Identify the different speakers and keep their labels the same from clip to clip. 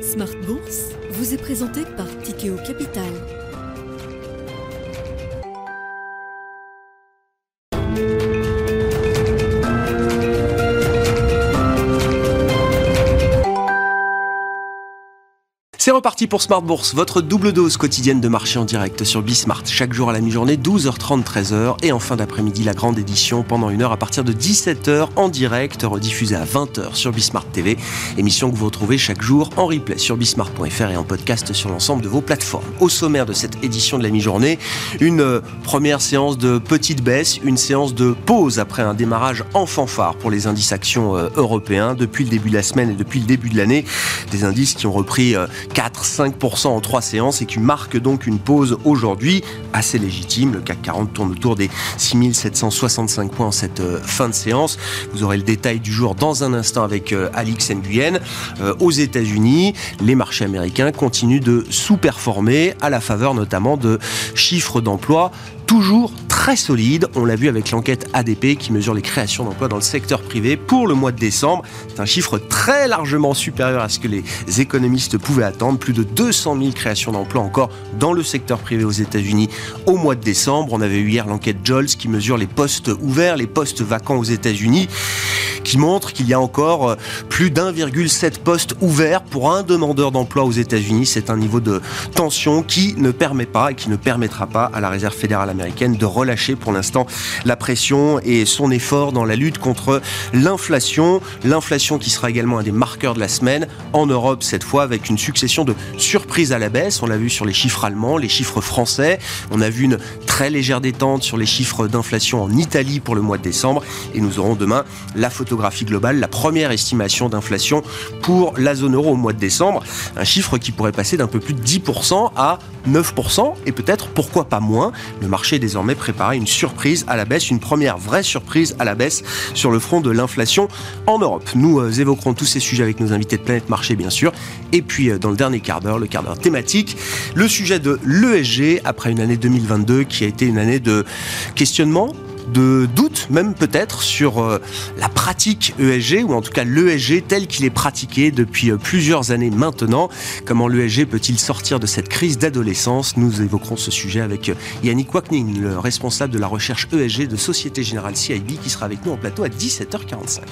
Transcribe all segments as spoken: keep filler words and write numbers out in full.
Speaker 1: Smart Bourse vous est présenté par Tikeo Capital.
Speaker 2: C'est reparti pour Smart Bourse, votre double dose quotidienne de marché en direct sur Bismart. Chaque jour à la mi-journée, douze heures trente, treize heures. Et en fin d'après-midi, la grande édition pendant une heure à partir de dix-sept heures en direct, rediffusée à vingt heures sur Bismart T V. Émission que vous retrouvez chaque jour en replay sur bismart point f r et en podcast sur l'ensemble de vos plateformes. Au sommaire de cette édition de la mi-journée, une première séance de petite baisse, une séance de pause après un démarrage en fanfare pour les indices actions européens depuis le début de la semaine et depuis le début de l'année. Des indices qui ont repris quatre à cinq pour cent en trois séances et qui marquent donc une pause aujourd'hui assez légitime. Le C A C quarante tourne autour des six mille sept cent soixante-cinq points en cette fin de séance. Vous aurez le détail du jour dans un instant avec Alix Nguyen. Euh, aux États-Unis, les marchés américains continuent de sous-performer à la faveur notamment de chiffres d'emploi toujours très solides. On l'a vu avec l'enquête A D P qui mesure les créations d'emplois dans le secteur privé pour le mois de décembre. C'est un chiffre très largement supérieur à ce que les économistes pouvaient attendre. Plus de deux cent mille créations d'emplois encore dans le secteur privé aux États-Unis au mois de décembre. On avait eu hier l'enquête Jolts qui mesure les postes ouverts, les postes vacants aux États-Unis, qui montre qu'il y a encore plus d'un virgule sept postes ouverts pour un demandeur d'emploi aux États-Unis. C'est un niveau de tension qui ne permet pas et qui ne permettra pas à la Réserve fédérale américaine de relâcher pour l'instant la pression et son effort dans la lutte contre l'inflation. L'inflation qui sera également un des marqueurs de la semaine en Europe cette fois, avec une succession de surprises à la baisse. On l'a vu sur les chiffres allemands, les chiffres français. On a vu une très légère détente sur les chiffres d'inflation en Italie pour le mois de décembre. Et nous aurons demain la photographie globale, la première estimation d'inflation pour la zone euro au mois de décembre. Un chiffre qui pourrait passer d'un peu plus de dix pour cent à neuf pour cent et peut-être, pourquoi pas moins. Le marché est désormais préparé à une surprise à la baisse, une première vraie surprise à la baisse sur le front de l'inflation en Europe. Nous euh, évoquerons tous ces sujets avec nos invités de Planète Marché, bien sûr. Et puis, euh, dans le dernier quart d'heure, le quart d'heure thématique, le sujet de l'E S G après une année deux mille vingt-deux qui a été une année de questionnement, de doute même peut-être sur euh, la pratique E S G, ou en tout cas l'E S G tel qu'il est pratiqué depuis euh, plusieurs années maintenant. Comment l'E S G peut-il sortir de cette crise d'adolescence? Nous évoquerons ce sujet avec euh, Yannick Waknin, le responsable de la recherche E S G de Société Générale C I B, qui sera avec nous en plateau à dix-sept heures quarante-cinq.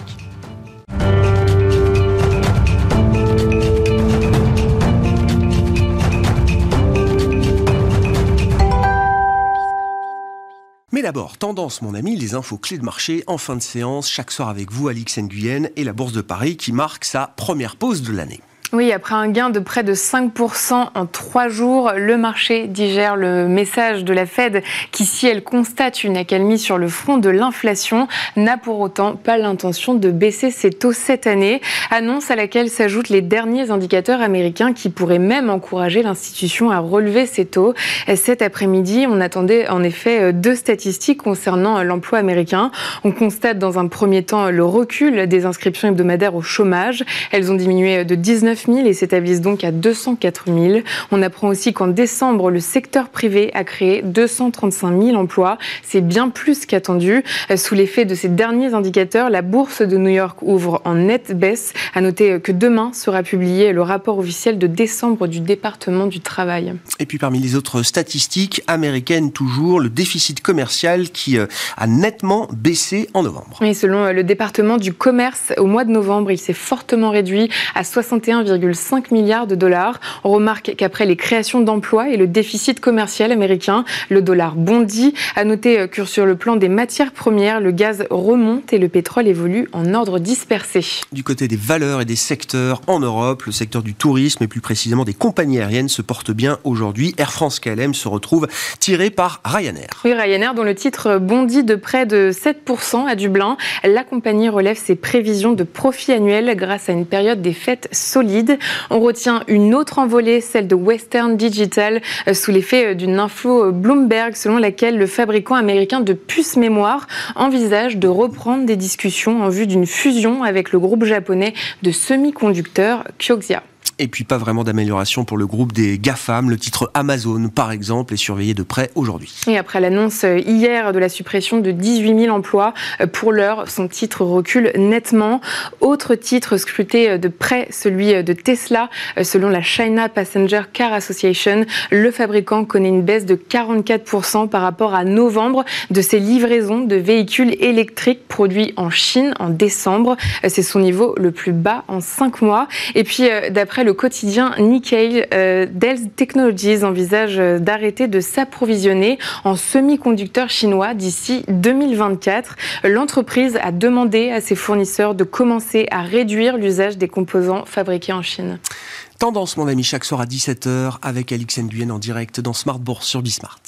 Speaker 2: Mais d'abord, tendance mon ami, les infos clés de marché en fin de séance, chaque soir avec vous Alix Nguyen et la Bourse de Paris qui marque sa première pause de l'année.
Speaker 3: Oui, après un gain de près de cinq pour cent en trois jours, le marché digère le message de la Fed qui, si elle constate une accalmie sur le front de l'inflation, n'a pour autant pas l'intention de baisser ses taux cette année. Annonce à laquelle s'ajoutent les derniers indicateurs américains qui pourraient même encourager l'institution à relever ses taux. Cet après-midi, on attendait en effet deux statistiques concernant l'emploi américain. On constate dans un premier temps le recul des inscriptions hebdomadaires au chômage. Elles ont diminué de dix-neuf mille et s'établissent donc à deux cent quatre mille. On apprend aussi qu'en décembre, le secteur privé a créé deux cent trente-cinq mille emplois. C'est bien plus qu'attendu. Sous l'effet de ces derniers indicateurs, la bourse de New York ouvre en nette baisse. À noter que demain sera publié le rapport officiel de décembre du département du travail.
Speaker 2: Et puis parmi les autres statistiques américaines toujours, le déficit commercial qui a nettement baissé en novembre.
Speaker 3: Et selon le département du commerce, au mois de novembre, il s'est fortement réduit à soixante et un virgule cinq milliards de dollars. On remarque qu'après les créations d'emplois et le déficit commercial américain, le dollar bondit. À noter que sur le plan des matières premières, le gaz remonte et le pétrole évolue en ordre dispersé.
Speaker 2: Du côté des valeurs et des secteurs en Europe, le secteur du tourisme et plus précisément des compagnies aériennes se porte bien aujourd'hui. Air France K L M se retrouve tiré par Ryanair.
Speaker 3: Oui, Ryanair dont le titre bondit de près de sept pour cent à Dublin. La compagnie relève ses prévisions de profit annuel grâce à une période des fêtes solide. On retient une autre envolée, celle de Western Digital, sous l'effet d'une info Bloomberg selon laquelle le fabricant américain de puces mémoire envisage de reprendre des discussions en vue d'une fusion avec le groupe japonais de semi-conducteurs Kioxia.
Speaker 2: Et puis pas vraiment d'amélioration pour le groupe des GAFAM. Le titre Amazon, par exemple, est surveillé de près aujourd'hui.
Speaker 3: Et après l'annonce hier de la suppression de dix-huit mille emplois, pour l'heure, son titre recule nettement. Autre titre scruté de près, celui de Tesla. Selon la China Passenger Car Association, le fabricant connaît une baisse de quarante-quatre pour cent par rapport à novembre de ses livraisons de véhicules électriques produits en Chine en décembre. C'est son niveau le plus bas en cinq mois. Et puis, d'après le quotidien Nikkei, euh, Dell Technologies envisage d'arrêter de s'approvisionner en semi-conducteurs chinois d'ici deux mille vingt-quatre. L'entreprise a demandé à ses fournisseurs de commencer à réduire l'usage des composants fabriqués en Chine.
Speaker 2: Tendance, mon ami, chaque soir à dix-sept heures avec Alix Nguyen en direct dans Smart Bourse sur Bismart.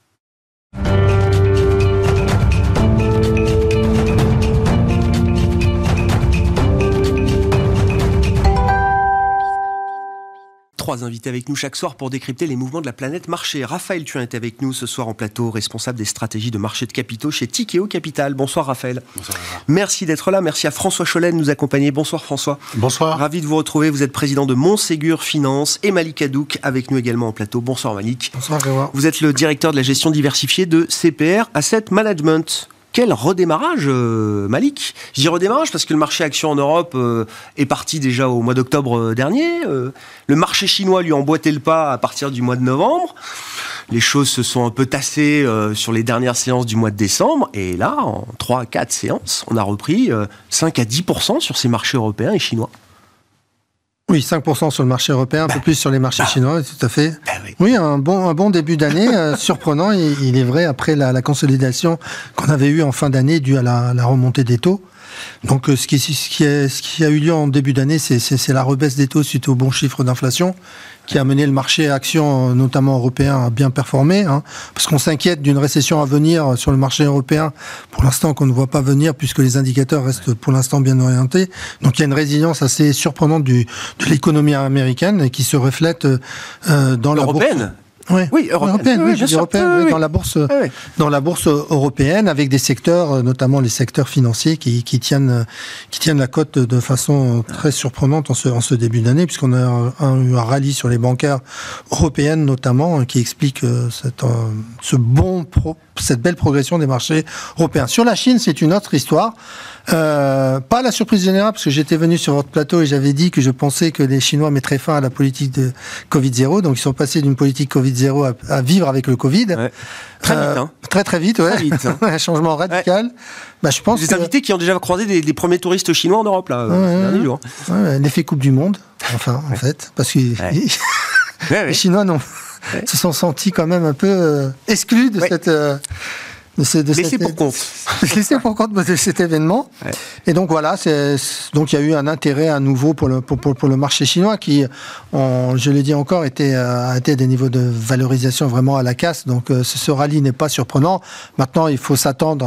Speaker 2: Trois invités avec nous chaque soir pour décrypter les mouvements de la planète marché. Raphaël Thuin est avec nous ce soir en plateau, responsable des stratégies de marché de capitaux chez Tikeo Capital. Bonsoir Raphaël.
Speaker 4: Bonsoir.
Speaker 2: Merci d'être là. Merci à François Chollet de nous accompagner. Bonsoir François.
Speaker 4: Bonsoir.
Speaker 2: Ravi de vous retrouver. Vous êtes président de Montségur Finance et Malik Hadouk avec nous également en plateau. Bonsoir Malik.
Speaker 5: Bonsoir Grégoire.
Speaker 2: Vous êtes le directeur de la gestion diversifiée de C P R Asset Management. Quel redémarrage, euh, Malik. Je dis redémarrage parce que le marché action en Europe euh, est parti déjà au mois d'octobre dernier. Euh, le marché chinois lui a emboîté le pas à partir du mois de novembre. Les choses se sont un peu tassées euh, sur les dernières séances du mois de décembre. Et là, en trois à quatre séances, on a repris euh, cinq à dix pour cent sur ces marchés européens et chinois.
Speaker 5: Oui, cinq pour cent sur le marché européen, un
Speaker 2: bah,
Speaker 5: peu plus sur les marchés
Speaker 2: bah,
Speaker 5: chinois, tout à fait.
Speaker 2: Bah oui.
Speaker 5: Oui, un bon, un bon début d'année, euh, surprenant, il, il est vrai, après la, la consolidation qu'on avait eue en fin d'année due à la, la remontée des taux. Donc, euh, ce, qui, ce, qui est, ce qui a eu lieu en début d'année, c'est, c'est, c'est la rebaisse des taux suite aux bons chiffres d'inflation qui a mené le marché action, notamment européen, à bien performer. Hein, parce qu'on s'inquiète d'une récession à venir sur le marché européen, pour l'instant qu'on ne voit pas venir, puisque les indicateurs restent pour l'instant bien orientés. Donc il y a une résilience assez surprenante du, de l'économie américaine et qui se reflète euh, dans la bourse.
Speaker 2: Européenne.
Speaker 5: Ouais.
Speaker 2: Oui, européenne,
Speaker 5: européenne, oui,
Speaker 2: oui, bien sûr.
Speaker 5: européenne,
Speaker 2: Oui,
Speaker 5: oui,
Speaker 2: oui.
Speaker 5: dans la bourse,
Speaker 2: Ah oui.
Speaker 5: dans la bourse européenne, avec des secteurs, notamment les secteurs financiers, qui, qui tiennent, qui tiennent la cote de façon très surprenante en ce, en ce début d'année, puisqu'on a un, un, eu un rallye sur les bancaires européennes, notamment, qui explique cette, ce bon pro, cette belle progression des marchés européens. Sur la Chine, c'est une autre histoire. Euh, pas la surprise générale, parce que j'étais venu sur votre plateau et j'avais dit que je pensais que les Chinois mettraient fin à la politique de Covid zéro. Donc ils sont passés d'une politique Covid zéro à, à vivre avec le Covid.
Speaker 2: Ouais. Très vite, hein.
Speaker 5: Euh, très très vite, ouais.
Speaker 2: Très vite, hein.
Speaker 5: Un changement radical. Ouais. Bah, je pense
Speaker 2: Des
Speaker 5: que...
Speaker 2: invités qui ont déjà croisé des, des premiers touristes chinois en Europe, là,
Speaker 5: ouais,
Speaker 2: euh, ces
Speaker 5: ouais,
Speaker 2: derniers jours.
Speaker 5: Ouais, l'effet Coupe du Monde, enfin, en ouais. fait, parce que
Speaker 2: ouais.
Speaker 5: les
Speaker 2: ouais,
Speaker 5: Chinois non,
Speaker 2: ouais.
Speaker 5: se sont sentis quand même un peu euh, exclus de
Speaker 2: ouais.
Speaker 5: cette... Euh, De ce, de
Speaker 2: laissé
Speaker 5: cette,
Speaker 2: pour compte.
Speaker 5: Laissé pour compte de cet événement. Ouais. Et donc voilà, c'est, donc il y a eu un intérêt à nouveau pour le, pour, pour, pour le marché chinois qui, on, je le dis encore, était à, à des niveaux de valorisation vraiment à la casse. Donc euh, ce rallye n'est pas surprenant. Maintenant, il faut s'attendre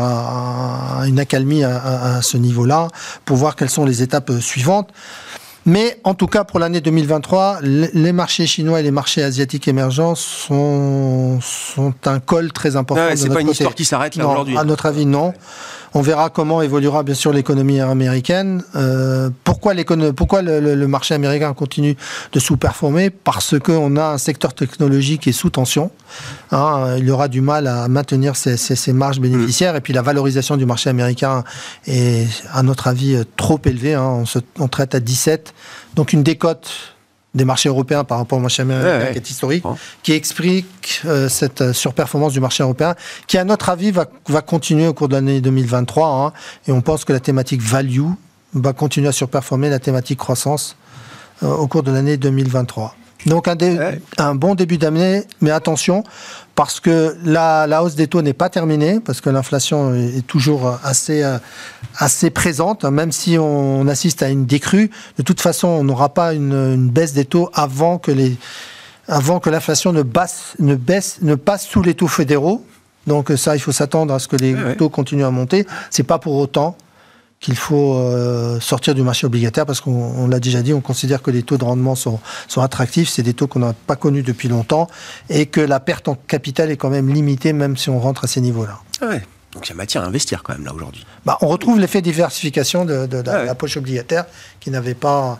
Speaker 5: à, à une accalmie à, à, à ce niveau-là pour voir quelles sont les étapes suivantes. Mais en tout cas, pour l'année deux mille vingt-trois, les marchés chinois et les marchés asiatiques émergents sont, sont un col très important.
Speaker 2: Ah ouais,
Speaker 5: de
Speaker 2: c'est
Speaker 5: notre
Speaker 2: pas une
Speaker 5: côté.
Speaker 2: histoire qui s'arrête là
Speaker 5: non,
Speaker 2: aujourd'hui.
Speaker 5: À notre avis, non. On verra comment évoluera bien sûr l'économie américaine. Euh, pourquoi pourquoi le, le, le marché américain continue de sous-performer ? Parce qu'on a un secteur technologique qui est sous tension. Hein, il y aura du mal à maintenir ses, ses, ses marges bénéficiaires. Mmh. Et puis la valorisation du marché américain est, à notre avis, trop élevée. Hein. On, se, on traite à dix-sept. Donc une décote des marchés européens par rapport au marché américain ouais, ouais. qui est historique, oh. qui explique euh, cette surperformance du marché européen, qui à notre avis va, va continuer au cours de l'année deux mille vingt-trois, hein, et on pense que la thématique value va continuer à surperformer la thématique croissance euh, au cours de l'année deux mille vingt-trois. Donc un, dé, ouais. un bon début d'année, mais attention, parce que la, la hausse des taux n'est pas terminée, parce que l'inflation est toujours assez, assez présente, même si on assiste à une décrue. De toute façon, on n'aura pas une, une baisse des taux avant que, les, avant que l'inflation ne, basse, ne, baisse, ne passe sous les taux fédéraux. Donc ça, il faut s'attendre à ce que les ouais. taux continuent à monter. C'est pas pour autant qu'il faut euh, sortir du marché obligataire, parce qu'on on l'a déjà dit, on considère que les taux de rendement sont, sont attractifs, c'est des taux qu'on n'a pas connus depuis longtemps, et que la perte en capital est quand même limitée, même si on rentre à ces niveaux-là.
Speaker 2: Ah ouais. Donc il y a matière à investir quand même là aujourd'hui.
Speaker 5: Bah, on retrouve l'effet diversification de, de, de ah ouais. la poche obligataire qui n'avait pas,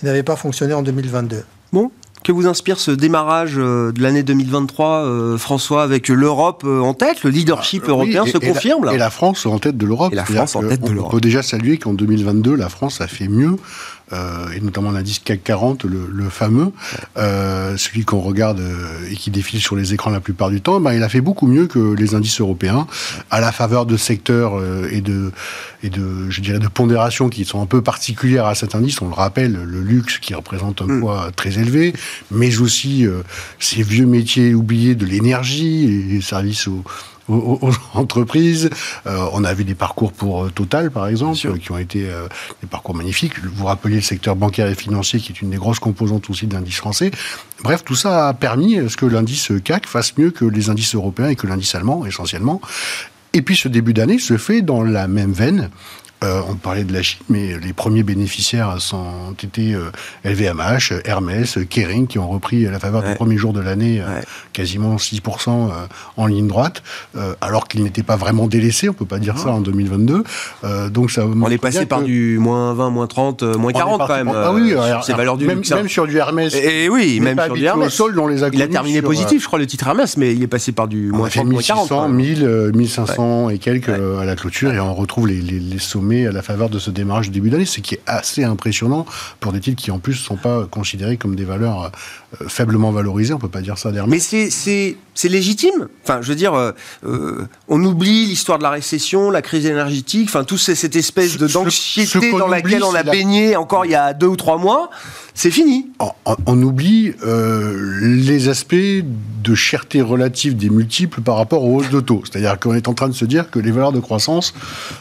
Speaker 5: qui n'avait pas fonctionné en deux mille vingt-deux.
Speaker 2: Bon. Que vous inspire ce démarrage de l'année deux mille vingt-trois, euh, François, avec l'Europe en tête, le leadership ah, européen oui, et, se et confirme
Speaker 4: la,
Speaker 2: là.
Speaker 4: Et la France en tête de l'Europe.
Speaker 2: Et la France en tête de l'Europe.
Speaker 4: On peut déjà saluer qu'en deux mille vingt-deux, la France a fait mieux, euh, et notamment l'indice C A C quarante, le, le fameux, euh, celui qu'on regarde euh, et qui défile sur les écrans la plupart du temps, ben, il a fait beaucoup mieux que les indices européens, à la faveur de secteurs euh, et de, et de, je dirais, de pondérations qui sont un peu particulières à cet indice. On le rappelle, le luxe qui représente un mmh. poids très élevé, mais aussi euh, ces vieux métiers oubliés de l'énergie, les services aux, aux, aux entreprises. Euh, on a vu des parcours pour euh, Total, par exemple, euh, qui ont été euh, des parcours magnifiques. Vous rappelez le secteur bancaire et financier, qui est une des grosses composantes aussi de l'indice français. Bref, tout ça a permis à ce que l'indice C A C fasse mieux que les indices européens et que l'indice allemand, essentiellement. Et puis ce début d'année se fait dans la même veine. Euh, on parlait de la Chine, mais les premiers bénéficiaires ont été euh, L V M H, Hermès, Kering, qui ont repris à la faveur ouais. du premier jour de l'année euh, ouais. quasiment six pour cent euh, en ligne droite, euh, alors qu'ils n'étaient pas vraiment délaissés, on ne peut pas dire non. ça en deux mille vingt-deux. Euh, donc ça
Speaker 2: on est passé par que... du moins vingt, moins trente, moins quarante quand même.
Speaker 4: Par... Ah oui,
Speaker 2: euh, c'est valeur du
Speaker 4: même,
Speaker 2: luxe.
Speaker 4: Même sur du Hermès.
Speaker 2: Et, et oui, même sur du Hermès.
Speaker 4: Sol, on les a
Speaker 2: il a terminé
Speaker 4: sur,
Speaker 2: positif,
Speaker 4: euh...
Speaker 2: je crois, le titre Hermès, mais il est passé par du moins trente, moins quarante.
Speaker 4: mille, mille cinq cents ouais. et quelques ouais. euh, à la clôture, ouais. et on retrouve les, les, les sommets à la faveur de ce démarrage du début d'année, ce qui est assez impressionnant pour des titres qui en plus ne sont pas considérés comme des valeurs euh, faiblement valorisées, on ne peut pas dire ça d'Hermès.
Speaker 2: Mais c'est, c'est, c'est légitime. Enfin, je veux dire, euh, euh, on oublie l'histoire de la récession, la crise énergétique, enfin, toute cette espèce de, d'anxiété ce, ce dans laquelle on a la... baigné encore il y a deux ou trois mois. C'est fini.
Speaker 4: On, on, on oublie euh, les aspects de cherté relative des multiples par rapport aux hausses de taux. C'est-à-dire qu'on est en train de se dire que les valeurs de croissance,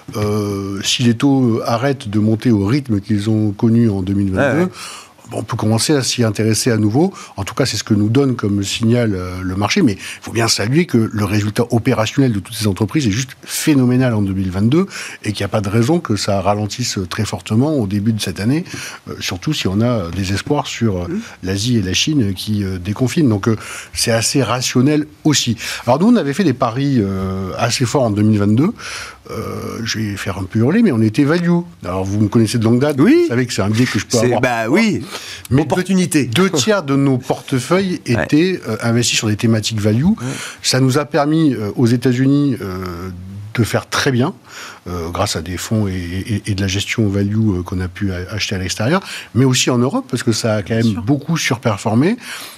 Speaker 4: euh, si les taux arrêtent de monter au rythme qu'ils ont connu en deux mille vingt-deux, ouais, ouais. on peut commencer à s'y intéresser à nouveau. En tout cas, c'est ce que nous donne comme signal euh, le marché. Mais il faut bien saluer que le résultat opérationnel de toutes ces entreprises est juste phénoménal en deux mille vingt-deux et qu'il n'y a pas de raison que ça ralentisse très fortement au début de cette année, euh, surtout si on a des espoirs sur euh, l'Asie et la Chine qui euh, déconfinent. Donc, euh, c'est assez rationnel aussi. Alors, nous, on avait fait des paris euh, assez forts en deux mille vingt-deux. Euh, je vais faire un peu hurler, mais on était value. Alors, vous me connaissez de longue date,
Speaker 2: oui.
Speaker 4: vous savez que c'est un biais que je peux
Speaker 2: c'est,
Speaker 4: avoir.
Speaker 2: Bah oui.
Speaker 4: Mais
Speaker 2: opportunité.
Speaker 4: Deux, deux tiers de nos portefeuilles étaient ouais. euh, investis sur des thématiques value. Ouais. Ça nous a permis euh, aux États-Unis euh, de faire très bien, euh, grâce à des fonds et, et, et de la gestion value euh, qu'on a pu acheter à l'extérieur, mais aussi en Europe, parce que ça a quand même sûr. beaucoup surperformé.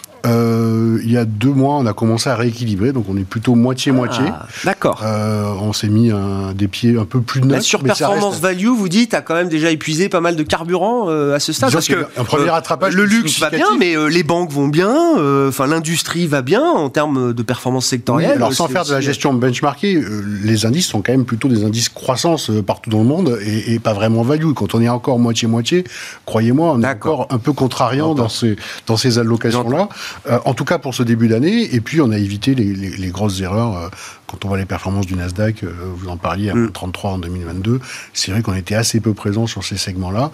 Speaker 4: Euh, il y a deux mois, on a commencé à rééquilibrer, donc on est plutôt moitié-moitié.
Speaker 2: Ah, d'accord.
Speaker 4: Euh, on s'est mis un, des pieds un peu plus neutres.
Speaker 2: La surperformance reste... value, vous dites, a quand même déjà épuisé pas mal de carburant euh, à ce stade. Parce que
Speaker 4: un premier rattrapage,
Speaker 2: euh, le luxe va bien, mais euh, les banques vont bien. Enfin, euh, l'industrie va bien en termes de performance sectorielle.
Speaker 4: Oui, alors sans faire de la gestion benchmarkée, euh, les indices sont quand même plutôt des indices croissance euh, partout dans le monde et, et pas vraiment value. Quand on est encore moitié-moitié, croyez-moi, on D'accord. est encore un peu contrariant dans ces dans ces allocations-là. Euh, en tout cas pour ce début d'année, et puis on a évité les, les, les grosses erreurs. Euh, quand on voit les performances du Nasdaq, euh, vous en parliez à mm. trente-trois en deux mille vingt-deux, c'est vrai qu'on était assez peu présent sur ces segments-là.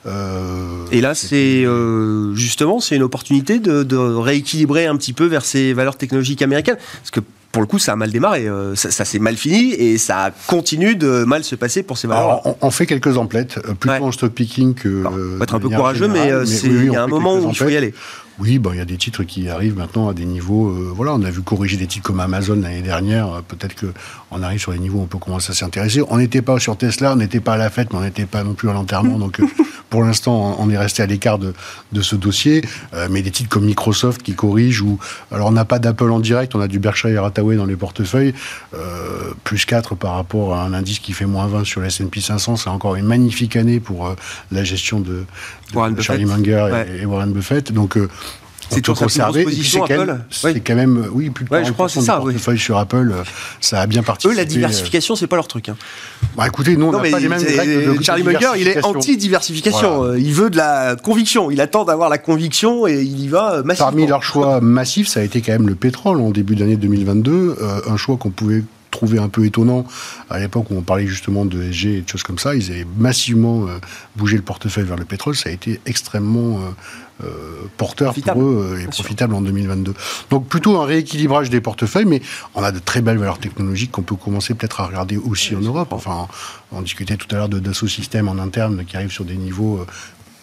Speaker 4: Euh,
Speaker 2: et là, c'est euh, justement, c'est une opportunité de, de rééquilibrer un petit peu vers ces valeurs technologiques américaines, parce que pour le coup, ça a mal démarré, euh, ça, ça s'est mal fini et ça continue de mal se passer pour ces valeurs.
Speaker 4: Alors, on, on fait quelques emplettes, plutôt ouais. en stock picking que.
Speaker 2: Alors, on va être un peu courageux, générale, mais, euh, mais c'est, oui, oui, il y a un moment où il faut y aller.
Speaker 4: Oui, ben, il y a des titres qui arrivent maintenant à des niveaux. Euh, voilà, on a vu corriger des titres comme Amazon l'année dernière. Euh, peut-être qu'on arrive sur des niveaux où on peut commencer à s'y intéresser. On n'était pas sur Tesla, on n'était pas à la fête, mais on n'était pas non plus à l'enterrement. donc, euh, pour l'instant, on est resté à l'écart de, de ce dossier. Euh, mais des titres comme Microsoft qui corrigent, ou alors on n'a pas d'Apple en direct, on a du Berkshire Hathaway dans les portefeuilles, euh, plus quatre par rapport à un indice qui fait moins vingt sur le S and P cinq cents. C'est encore une magnifique année pour euh, la gestion de, de, de Charlie Munger ouais. et, et Warren Buffett. Donc, euh,
Speaker 2: c'est toujours conservé. Et puis c'est,
Speaker 4: quand même, c'est oui. quand même, oui, plus de
Speaker 2: ouais, je crois que c'est ça,
Speaker 4: portefeuille oui. sur Apple, ça a bien participé.
Speaker 2: Eux, la diversification, c'est pas leur truc. Hein.
Speaker 4: Bah écoutez, nous, on n'a pas les mêmes règles de
Speaker 2: Charlie Munger, il est anti-diversification. Voilà. Il veut de la conviction. Il attend d'avoir la conviction et il y va massivement.
Speaker 4: Parmi leurs choix massifs, ça a été quand même le pétrole en début d'année deux mille vingt-deux. Euh, un choix qu'on pouvait trouvé un peu étonnant à l'époque où on parlait justement de S G et de choses comme ça. Ils avaient massivement euh, bougé le portefeuille vers le pétrole. Ça a été extrêmement euh, euh, porteur profitable. pour eux euh, et Bien profitable sûr. en deux mille vingt-deux. Donc plutôt un rééquilibrage des portefeuilles, mais on a de très belles valeurs technologiques qu'on peut commencer peut-être à regarder aussi en Europe. Enfin, on, on discutait tout à l'heure de Dassault Systèmes en interne qui arrive sur des niveaux... Euh,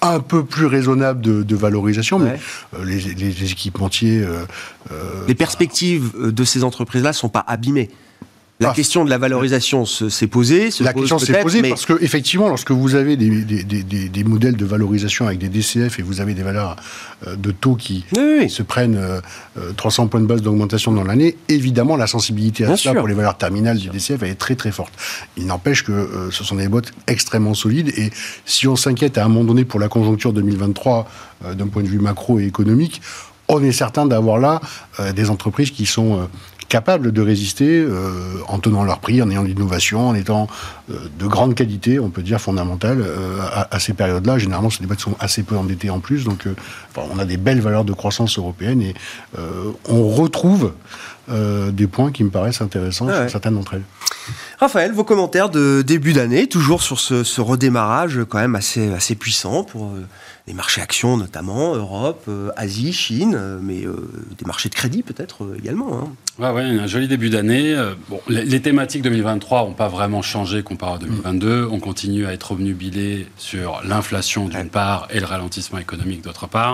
Speaker 4: un peu plus raisonnable de, de valorisation,
Speaker 2: ouais.
Speaker 4: mais euh, les, les, les équipementiers... Euh,
Speaker 2: euh, les perspectives de ces entreprises-là ne sont pas abîmées. La ah, question de la valorisation se, s'est posée. Se
Speaker 4: la
Speaker 2: pose
Speaker 4: question s'est posée
Speaker 2: mais...
Speaker 4: parce que effectivement, lorsque vous avez des, des, des, des, des modèles de valorisation avec des D C F et vous avez des valeurs euh, de taux qui
Speaker 2: oui, oui.
Speaker 4: se prennent euh, trois cents points de base d'augmentation dans l'année, évidemment, la sensibilité à Bien cela sûr. Pour les valeurs terminales du D C F elle est très très forte. Il n'empêche que euh, ce sont des boîtes extrêmement solides et si on s'inquiète à un moment donné pour la conjoncture deux mille vingt-trois euh, d'un point de vue macro et économique, on est certain d'avoir là euh, des entreprises qui sont euh, capables de résister euh, en tenant leur prix, en ayant de l'innovation, en étant euh, de grande qualité, on peut dire fondamentale, euh, à, à ces périodes-là. Généralement, c'est des boîtes qui sont assez peu endettées en plus, donc euh, enfin, on a des belles valeurs de croissance européenne et euh, on retrouve euh, des points qui me paraissent intéressants ah ouais. sur certaines d'entre elles.
Speaker 2: Raphaël, vos commentaires de début d'année, toujours sur ce, ce redémarrage quand même assez, assez puissant pour euh, les marchés actions notamment, Europe, euh, Asie, Chine, euh, mais euh, des marchés de crédit peut-être euh, également. Hein.
Speaker 6: Ouais, ouais, un joli début d'année. Euh, bon, les, les thématiques deux mille vingt-trois n'ont pas vraiment changé comparé à deux mille vingt-deux. On continue à être obnubilé sur l'inflation d'une ouais. part et le ralentissement économique d'autre part.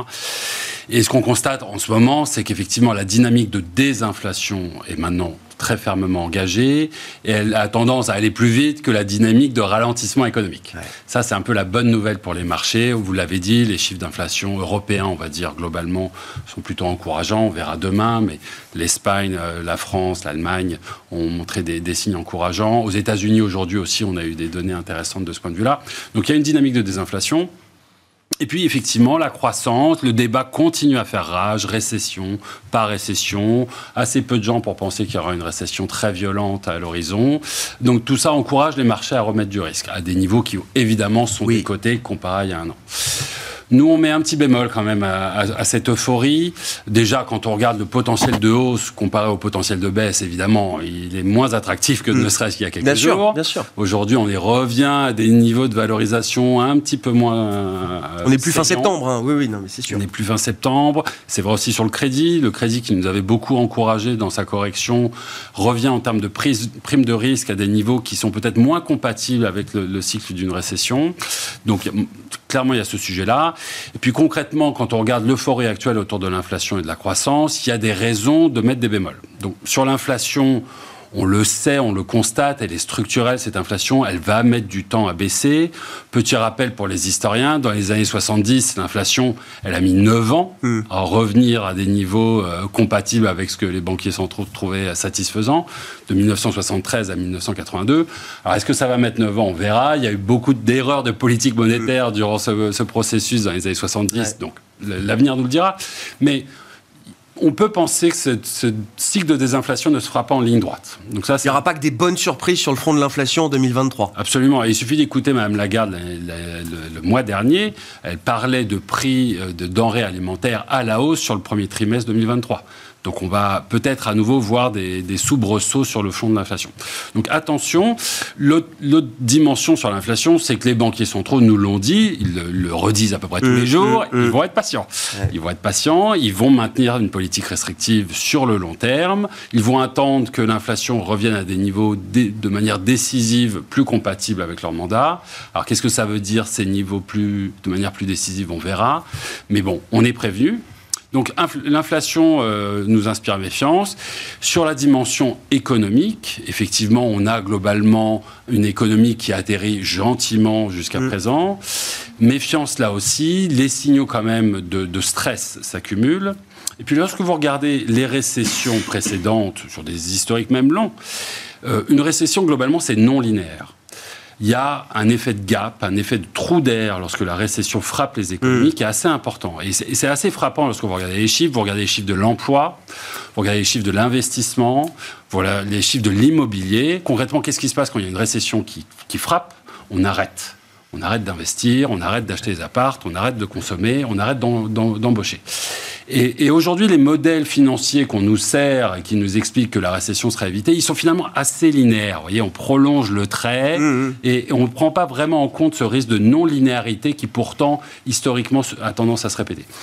Speaker 6: Et ce qu'on constate en ce moment, c'est qu'effectivement la dynamique de désinflation est maintenant très fermement engagée et elle a tendance à aller plus vite que la dynamique de ralentissement économique. Ouais. Ça, c'est un peu la bonne nouvelle pour les marchés. Vous l'avez dit, les chiffres d'inflation européens, on va dire, globalement, sont plutôt encourageants. On verra demain, mais l'Espagne, la France, l'Allemagne ont montré des, des signes encourageants. Aux États-Unis, aujourd'hui aussi, on a eu des données intéressantes de ce point de vue-là. Donc, il y a une dynamique de désinflation. Et puis, effectivement, la croissance, le débat continue à faire rage, récession, pas récession, assez peu de gens pour penser qu'il y aura une récession très violente à l'horizon. Donc, tout ça encourage les marchés à remettre du risque, à des niveaux qui, évidemment, sont oui. décotés comparés à il y a un an. Nous, on met un petit bémol quand même à, à, à cette euphorie. Déjà, quand on regarde le potentiel de hausse comparé au potentiel de baisse, évidemment, il est moins attractif que mmh. ne serait-ce qu'il y a quelques
Speaker 2: bien
Speaker 6: jours.
Speaker 2: Sûr, bien sûr.
Speaker 6: Aujourd'hui, on y revient à des niveaux de valorisation un petit peu moins... Euh,
Speaker 2: on n'est plus fin septembre, hein. oui, oui, non, mais c'est sûr.
Speaker 6: On n'est plus fin septembre. C'est vrai aussi sur le crédit. Le crédit qui nous avait beaucoup encouragé dans sa correction revient en termes de prise, prime de risque à des niveaux qui sont peut-être moins compatibles avec le, le cycle d'une récession. Donc, clairement, il y a ce sujet-là. Et puis concrètement, quand on regarde l'euphorie actuelle autour de l'inflation et de la croissance, il y a des raisons de mettre des bémols. Donc sur l'inflation, on le sait, on le constate, elle est structurelle, cette inflation, elle va mettre du temps à baisser. Petit rappel pour les historiens, dans les années soixante-dix, l'inflation, elle a mis neuf ans mmh. à revenir à des niveaux euh, compatibles avec ce que les banquiers centraux trouvaient satisfaisant, de dix-neuf cent soixante-treize à dix-neuf cent quatre-vingt-deux. Alors est-ce que ça va mettre neuf ans ? On verra. Il y a eu beaucoup d'erreurs de politique monétaire mmh. durant ce, ce processus dans les années soixante-dix, ouais. donc l'avenir nous le dira. Mais on peut penser que ce, ce cycle de désinflation ne se fera pas en ligne droite. Donc ça,
Speaker 2: il n'y aura pas que des bonnes surprises sur le front de l'inflation en deux mille vingt-trois.
Speaker 6: Absolument. Et il suffit d'écouter Mme Lagarde le, le, le mois dernier. Elle parlait de prix de denrées alimentaires à la hausse sur le premier trimestre deux mille vingt-trois. Donc on va peut-être à nouveau voir des, des soubresauts sur le fond de l'inflation. Donc attention, l'autre, l'autre dimension sur l'inflation, c'est que les banquiers centraux nous l'ont dit, ils le, le redisent à peu près tous mmh, les jours, mmh, ils vont être patients. Ouais. Ils vont être patients, ils vont maintenir une politique restrictive sur le long terme, ils vont attendre que l'inflation revienne à des niveaux dé, de manière décisive, plus compatibles avec leur mandat. Alors qu'est-ce que ça veut dire, ces niveaux plus, de manière plus décisive, on verra. Mais bon, on est prévenu. Donc l'inflation euh, nous inspire méfiance. Sur la dimension économique, effectivement, on a globalement une économie qui atterrit gentiment jusqu'à mmh. présent. Méfiance là aussi, les signaux quand même de, de stress s'accumulent. Et puis lorsque vous regardez les récessions précédentes, sur des historiques même longs, euh, une récession globalement c'est non linéaire. Il y a un effet de gap, un effet de trou d'air lorsque la récession frappe les économies mmh. qui est assez important. Et c'est, et c'est assez frappant lorsque vous regardez les chiffres, vous regardez les chiffres de l'emploi, vous regardez les chiffres de l'investissement, voilà les chiffres de l'immobilier. Concrètement, qu'est-ce qui se passe quand il y a une récession qui, qui frappe ? On arrête. On arrête d'investir, on arrête d'acheter des apparts, on arrête de consommer, on arrête d'em, d'em, d'embaucher. Et, et aujourd'hui, les modèles financiers qu'on nous sert et qui nous expliquent que la récession sera évitée, ils sont finalement assez linéaires. Vous voyez, on prolonge le trait mmh. et on ne prend pas vraiment en compte ce risque de non-linéarité qui pourtant, historiquement, a tendance à se répéter.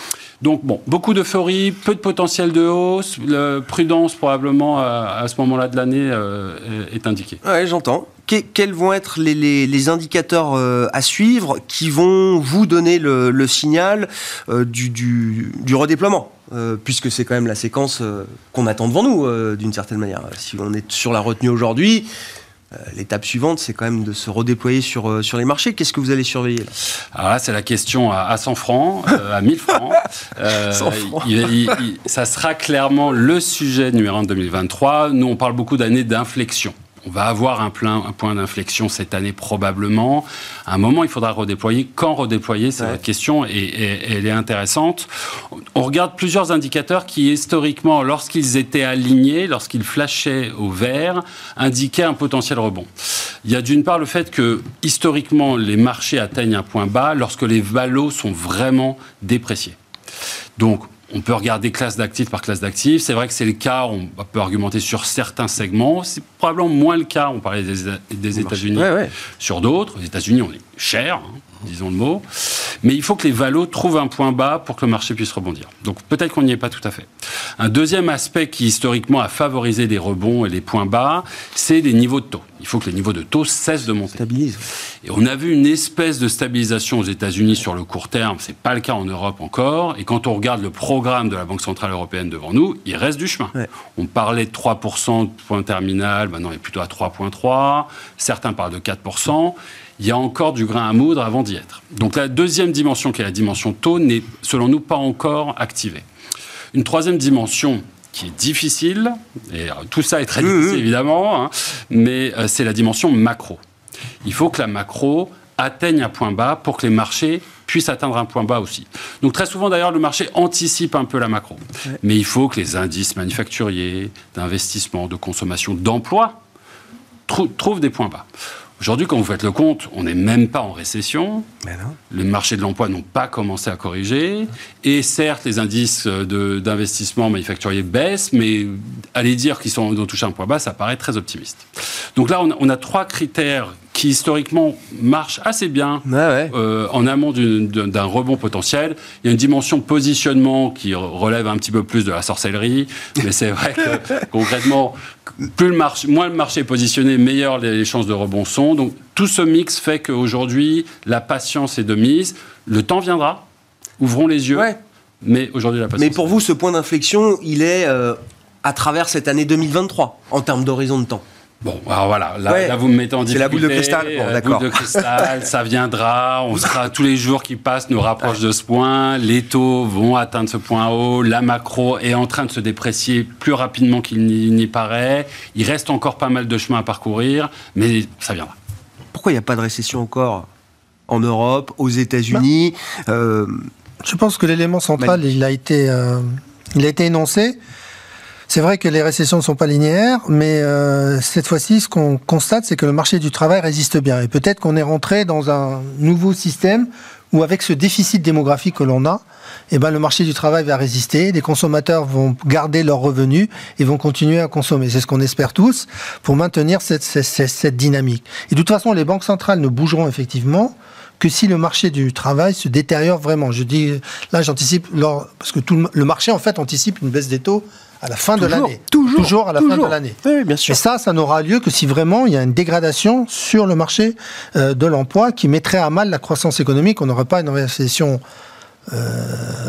Speaker 6: Donc bon, beaucoup d'euphorie, peu de potentiel de hausse, la prudence probablement à, à ce moment-là de l'année euh, est indiquée.
Speaker 2: Ouais, j'entends. Que, quels vont être les, les, les indicateurs euh, à suivre qui vont vous donner le, le signal euh, du, du, du redéploiement euh, puisque c'est quand même la séquence euh, qu'on attend devant nous, euh, d'une certaine manière. Si on est sur la retenue aujourd'hui, euh, l'étape suivante, c'est quand même de se redéployer sur, euh, sur les marchés. Qu'est-ce que vous allez surveiller là ?
Speaker 6: Alors là, c'est la question à, à cent francs, euh, à mille francs. Euh,
Speaker 2: cent francs.
Speaker 6: Il, il, il, ça sera clairement le sujet numéro un de deux mille vingt-trois. Nous, on parle beaucoup d'années d'inflexion. On va avoir un, plein, un point d'inflexion cette année probablement. À un moment, il faudra redéployer. Quand redéployer, c'est ouais. votre question, et, et, et elle est intéressante. On regarde plusieurs indicateurs qui, historiquement, lorsqu'ils étaient alignés, lorsqu'ils flashaient au vert, indiquaient un potentiel rebond. Il y a d'une part le fait que, historiquement, les marchés atteignent un point bas lorsque les valos sont vraiment dépréciés. Donc, on peut regarder classe d'actifs par classe d'actifs. C'est vrai que c'est le cas, on peut argumenter sur certains segments. C'est probablement moins le cas, on parlait des, des États-Unis,
Speaker 2: ouais, ouais.
Speaker 6: sur d'autres. Les États-Unis, on est cher, hein, disons le mot. Mais il faut que les valos trouvent un point bas pour que le marché puisse rebondir. Donc peut-être qu'on n'y est pas tout à fait. Un deuxième aspect qui, historiquement, a favorisé les rebonds et les points bas, c'est les niveaux de taux. Il faut que les niveaux de taux cessent de monter.
Speaker 2: Stabilise.
Speaker 6: Et on a vu une espèce de stabilisation aux États-Unis sur le court terme. C'est pas le cas en Europe encore. Et quand on regarde le programme de la Banque centrale européenne devant nous, il reste du chemin. Ouais. On parlait de trois pour cent de point terminal, maintenant on est plutôt à trois virgule trois. Certains parlent de quatre pour cent. Il y a encore du grain à moudre avant d'y être. Donc la deuxième dimension, qui est la dimension taux, n'est, selon nous, pas encore activée. Une troisième dimension qui est difficile, et tout ça est très difficile, mmh. évidemment, hein, mais euh, c'est la dimension macro. Il faut que la macro atteigne un point bas pour que les marchés puissent atteindre un point bas aussi. Donc très souvent, d'ailleurs, le marché anticipe un peu la macro. Ouais. Mais il faut que les indices manufacturiers, d'investissement, de consommation, d'emploi trou- trouvent des points bas. Aujourd'hui, quand vous faites le compte, on n'est même pas en récession. Les marchés de l'emploi n'ont pas commencé à corriger. Et certes, les indices de, d'investissement manufacturier baissent, mais aller dire qu'ils sont, ont touché un point bas, ça paraît très optimiste. Donc là, on a, on a trois critères qui, historiquement, marchent assez bien
Speaker 2: ouais, ouais.
Speaker 6: Euh, en amont d'une, d'un rebond potentiel. Il y a une dimension positionnement qui relève un petit peu plus de la sorcellerie, mais c'est vrai que, concrètement, plus le marché, moins le marché est positionné, meilleures les chances de rebond sont. Donc, tout ce mix fait qu'aujourd'hui, la patience est de mise. Le temps viendra, ouvrons les yeux, ouais. mais aujourd'hui, la patience...
Speaker 2: Mais pour vous, ce point d'inflexion, il est euh, à travers cette année deux mille vingt-trois, en termes d'horizon de temps.
Speaker 6: Bon, alors voilà, là,
Speaker 2: ouais,
Speaker 6: là vous me mettez en difficulté.
Speaker 2: C'est la boule de cristal, bon,
Speaker 6: la
Speaker 2: d'accord.
Speaker 6: boule de cristal, ça viendra, on sera, tous les jours qui passent nous rapprochent de ce point, les taux vont atteindre ce point haut, la macro est en train de se déprécier plus rapidement qu'il n'y, n'y paraît, il reste encore pas mal de chemin à parcourir, mais ça viendra.
Speaker 2: Pourquoi il n'y a pas de récession encore en Europe, aux États-Unis bah, euh...
Speaker 5: Je pense que l'élément central, bah, il a été, euh, il a été énoncé. C'est vrai que les récessions ne sont pas linéaires, mais euh, cette fois-ci, ce qu'on constate, c'est que le marché du travail résiste bien. Et peut-être qu'on est rentré dans un nouveau système où, avec ce déficit démographique que l'on a, eh ben, le marché du travail va résister, les consommateurs vont garder leurs revenus et vont continuer à consommer. C'est ce qu'on espère tous pour maintenir cette, cette, cette dynamique. Et de toute façon, les banques centrales ne bougeront effectivement que si le marché du travail se détériore vraiment. Je dis, là, j'anticipe, parce que tout le marché, en fait, anticipe une baisse des taux à la fin
Speaker 2: toujours,
Speaker 5: de l'année.
Speaker 2: Toujours,
Speaker 5: toujours à la
Speaker 2: toujours.
Speaker 5: fin de l'année.
Speaker 2: Oui, bien sûr.
Speaker 5: Et ça, ça n'aura lieu que si vraiment il y a une dégradation sur le marché euh, de l'emploi qui mettrait à mal la croissance économique. On n'aurait pas une récession euh,